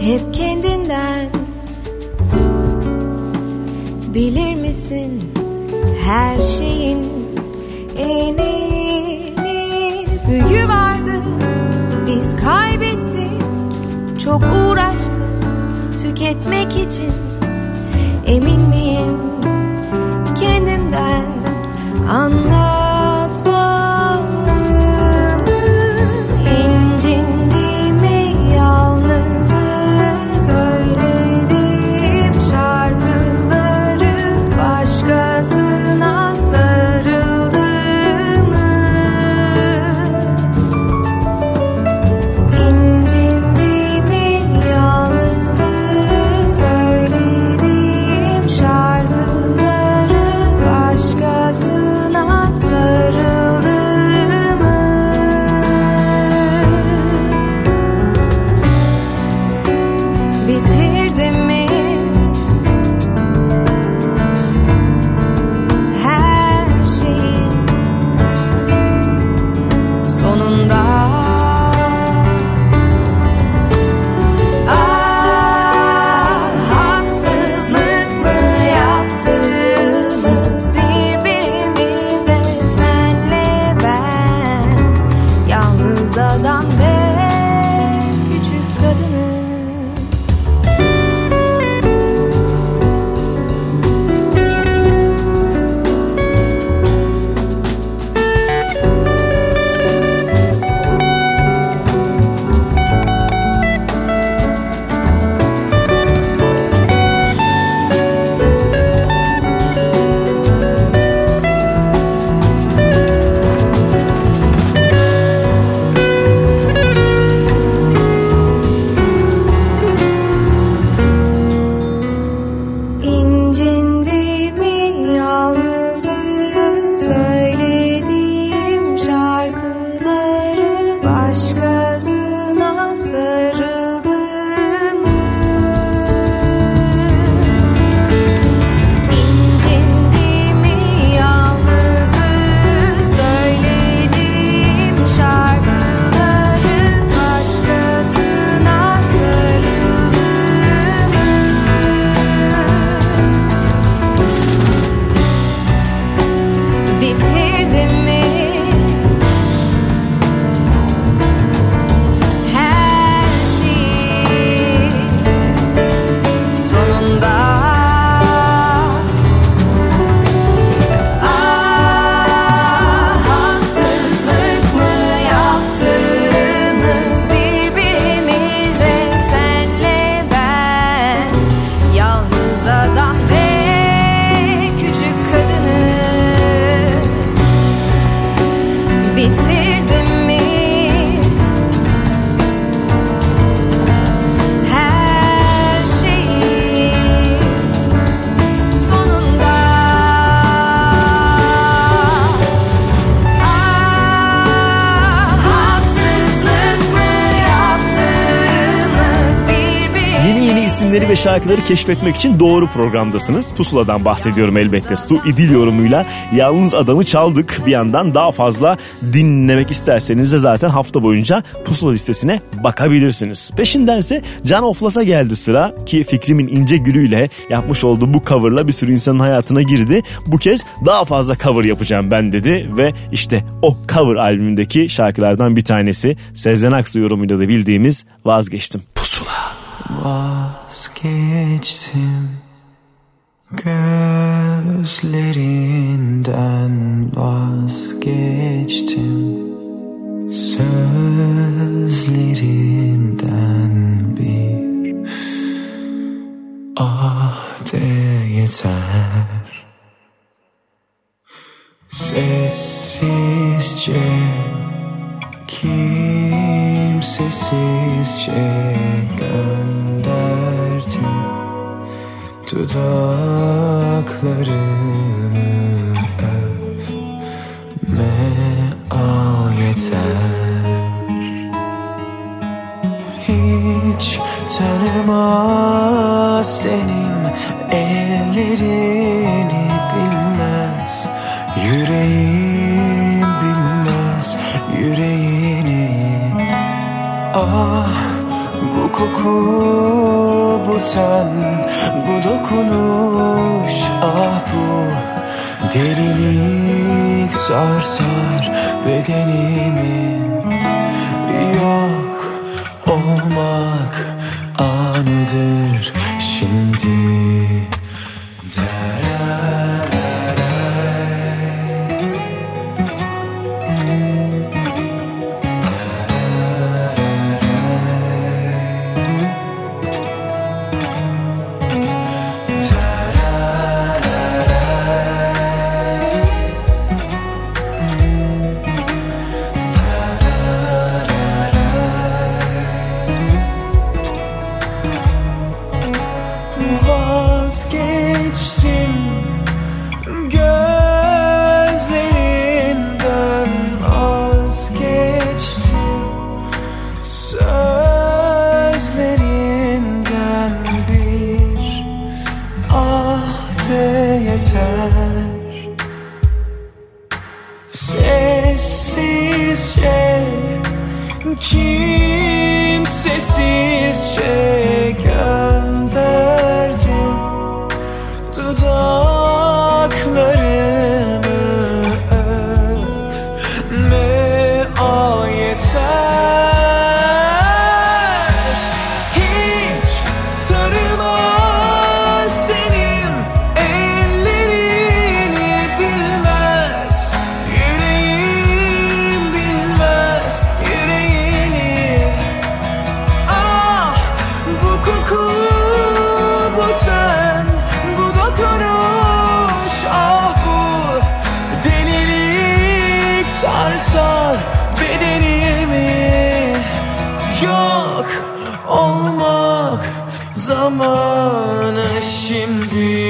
hep kendinden. Bilir misin her şeyin en iyi büyü vardı. Biz kaybettik, çok uğraştık tüketmek için. Emin miyim kendimden anlatmam mı? İncindiğimi yalnızlığı söyledim şarkıları başkasına sarıldığımı. İncindiğimi yalnızlığı söylediğim şarkıları başkasına sarıldığımı. Bitirdim mi her şeyi sonunda? Ah, haksızlık mı yaptığımız birbirimize, senle ben, yalnız adam ve küçük kadını. İncindiğimi yalnızlığı söylediğim şarkıları başkasına sarıldığımı. İncindiğimi yalnızlığı söylediğim şarkıları başkasına sarıldığımı. Bitirdim mi her şeyi sonunda? Ah, haksızlık mı yaptığımız birbirimize, senle ben, yalnız adam ve küçük kadını. Bitirdim mi her şeyi sonunda? Ah, haksızlık mı yaptığımız birbirimize. Yeni yeni isimleri ve şarkıları keşfetmek için doğru programdasınız. Pusula'dan bahsediyorum elbette. Su İdil yorumuyla Yalnız Adam'ı çaldık. Bir yandan daha fazla dinlemek isterseniz de zaten hafta boyunca Pusula listesine bakabilirsiniz. Peşindense Can Oflas'a geldi sıra ki Fikrimin İnce Gülü'yle yapmış olduğu bu coverla bir sürü insanın hayatına girdi. Bu kez daha fazla cover yapacağım ben dedi ve işte o cover albümündeki şarkılardan bir tanesi Sezen Aksu yorumuyla da bildiğimiz Vazgeçtim. Pusula. Vazgeçtim gözlerinden, vazgeçtim sözlerinden. Bir ah de yeter. Sessizce, kimsesizce gönderdim dudaklarımı, öpme al yeter. Hiç tanımaz senin ellerini, bilmez yüreğim, bilmez yüreğini. Ah Bu koku, bu ten, bu dokunuş, ah bu delilik sarsar bedenimi. Yok olmak anıdır şimdi. Sessizce, kimsesizce gönderdim dudaklarımı öpme, al yeter. Hiç tanımaz senin ellerini bilmez, yüreğim bilmez yüreğini. Ah bu koku, bu sen, bu dokunuş, ah bu delilik sarsar bedenimi. Yok olmak zamanı şimdi.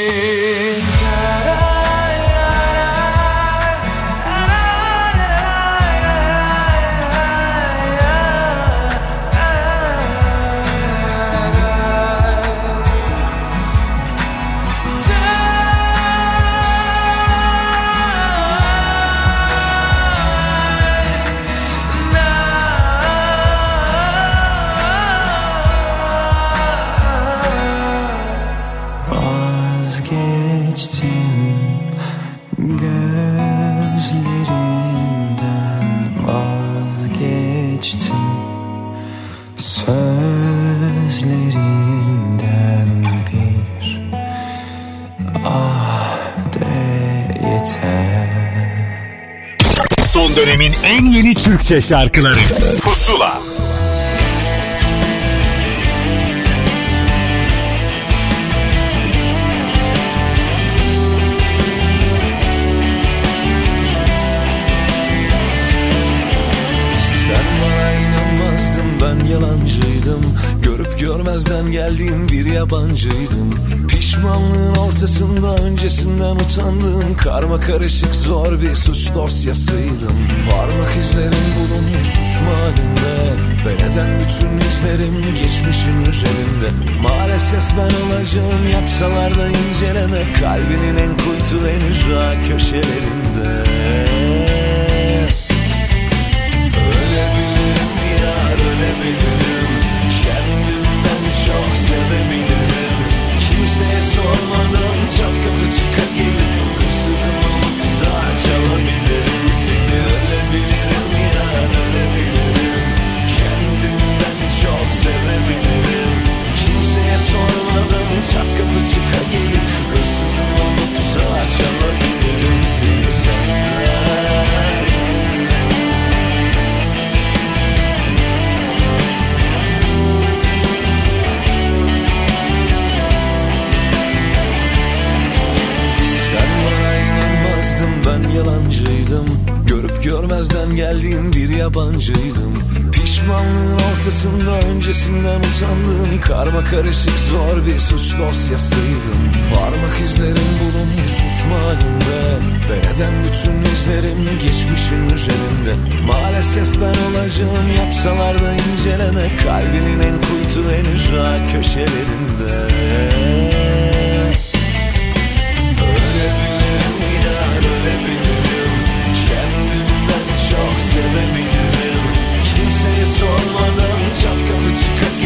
Vazgeçtim gözlerinden, vazgeçtim sözlerinden, bir ah de yeter. Son dönemin en yeni Türkçe şarkıları Pusula. Ben yalancıydım, görüp görmezden geldiğin bir yabancıydım. Pişmanlığın ortasında öncesinden utandığın karma karışık zor bir suç dosyasıydım. Parmak izlerin bulunmuş suç mahallinde, ben eden bütün izlerim geçmişin üzerinde. Maalesef ben olacağım, yapsalar da inceleme, kalbinin en kuytu en ücra köşelerinde. Ölebilirim, kendimden çok sevebilirim. Kimseye sormadan çat kapı çıkabilirim. Hırsızım olup tuzağa çalabilirim. Seni ölebilirim ya, ölebilirim. Kendimden çok sevebilirim. Kimseye sormadan çat kapı çıkabilirim. Hırsızım olup tuzağa çalabilirim. Seni senden. Ben yalancıydım, görüp görmezden geldiğin bir yabancıydım. Pişmanlığın ortasında öncesinden utandığın karma karışık zor bir suç dosyasıydım. Parmak izlerin bulunmuş suç mahallinde, ben eden bütün izlerim geçmişin üzerinde. Maalesef ben olacağım, yapsalar da inceleme, kalbinin en kuytu en ücra köşelerinde. Ölebilirim, kendimden çok sevebilirim. Kimseye sormadan çat kapı çıkabilirim.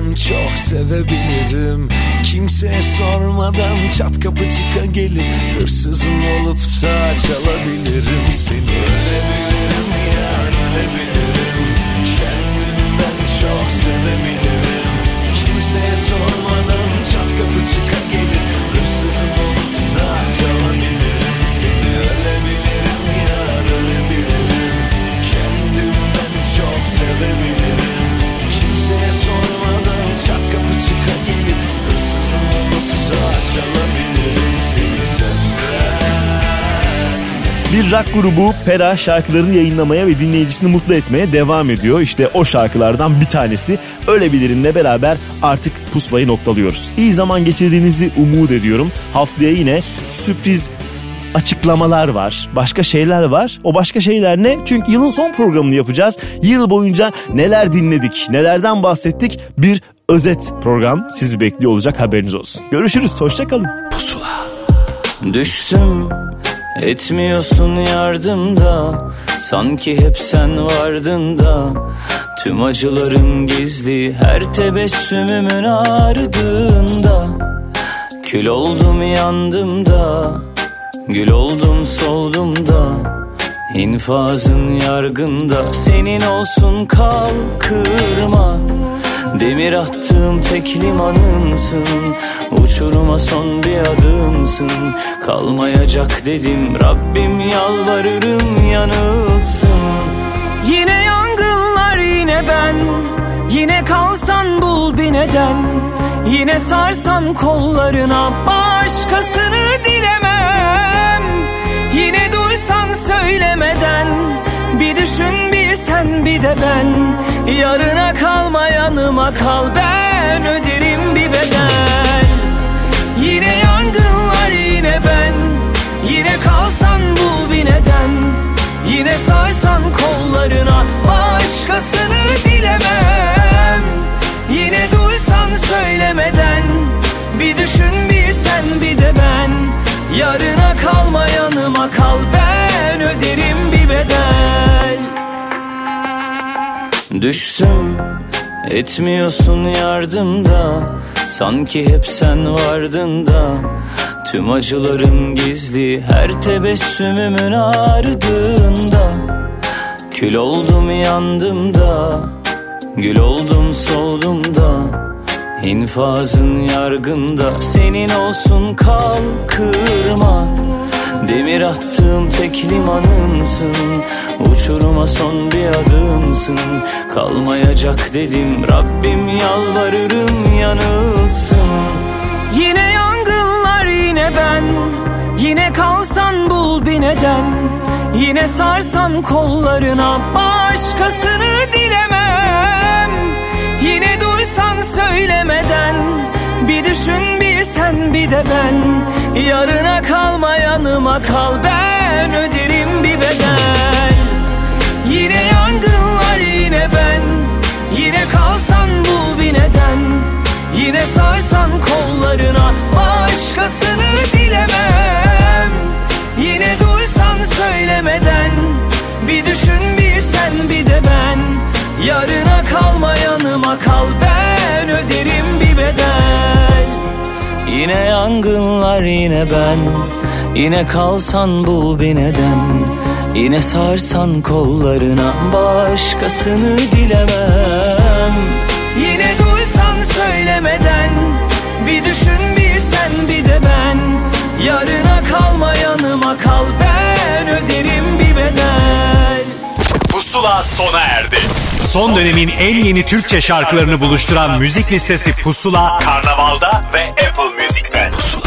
çok sevebilirim. Kimseye sormadan çat kapı çıka gelip hırsızın olup da çalabilirim. Seni ölebilirim ya, ölebilirim. Kendimden çok sevebilirim. Kimseye sormadan çat kapı çıka gelip hırsızın olup da çalabilirim. Seni ölebilirim ya, ölebilirim. Kendimden çok sevebilirim. Kimseye sormadan çat kapı çıka gelip hırsızın olup da çalabilirim seni senden. Bir rock grubu Pera şarkılarını yayınlamaya ve dinleyicisini mutlu etmeye devam ediyor. İşte o şarkılardan bir tanesi Ölebilirim'le beraber artık pusulayı noktalıyoruz. İyi zaman geçirdiğinizi umut ediyorum. Haftaya yine sürpriz açıklamalar var, başka şeyler var. O başka şeyler ne? Çünkü yılın son programını yapacağız. Yıl boyunca neler dinledik, nelerden bahsettik, bir özet program sizi bekliyor olacak, haberiniz olsun. Görüşürüz, hoşça kalın. Pusula. Düştüm, etmiyorsun yardımda, sanki hep sen vardın da. Tüm acılarım gizli, her tebessümümün ardında. Kül oldum yandım da, gül oldum soldum da. İnfazın yargında, senin olsun kal kırma. Demir attığım tek limanımsın, uçuruma son bir adımsın. Kalmayacak dedim, Rabbim yalvarırım yanılsın. Yine yangınlar, yine ben, yine kalsan bul bir neden. Yine sarsan kollarına, başkasını dilemem. Yine duysan söylemeden, bir düşün bir sen bir de ben. Yarına kalma yanıma kal, ben öderim bir bedel. Yine yangınlar, yine ben, yine kalsan bul bir neden. Yine sarsan kollarına, başkasını dilemem. Yine duysan söylemeden, bir düşün bir sen bir de ben. Yarına kalma yanıma kal, ben öderim bir bedel. Düştüm, etmiyorsun yardımda, sanki hep sen vardın da. Tüm acılarım gizli, her tebessümümün ardında. Kül oldum yandım da, gül oldum soldum da. İnfazın yargında, senin olsun kal kırma. Demir attığım tek limanımsın, uçuruma son bir adımsın. Kalmayacak dedim, Rabbim yalvarırım yanılsın. Yine yangınlar, yine ben, yine kalsan bul bir neden. Yine sarsan kollarına, başkasını dilemem. Yine duysan söylemeden, bir düşün bir sen bir de ben. Yarına kalma yanıma kal, ben öderim bir bedel. Yine yangınlar, yine ben, yine kalsan bul bir neden. Yine sarsan kollarına, başkasını dilemem. Yine duysan söylemeden, bir düşün bir sen bir de ben. Yarına kalma yanıma kal, ben öderim bir bedel. Yine yangınlar, yine ben, yine kalsan bul bir neden. Yine sarsan kollarına, başkasını dilemem. Yine duysan söylemeden, bir düşün bir sen bir de ben. Yarına kalma yanıma kal, ben öderim bir bedel. Pusula sona erdi. Son dönemin en yeni Türkçe şarkılarını buluşturan müzik listesi Pusula, Karnaval'da ve Apple Müzik'te. Pusula.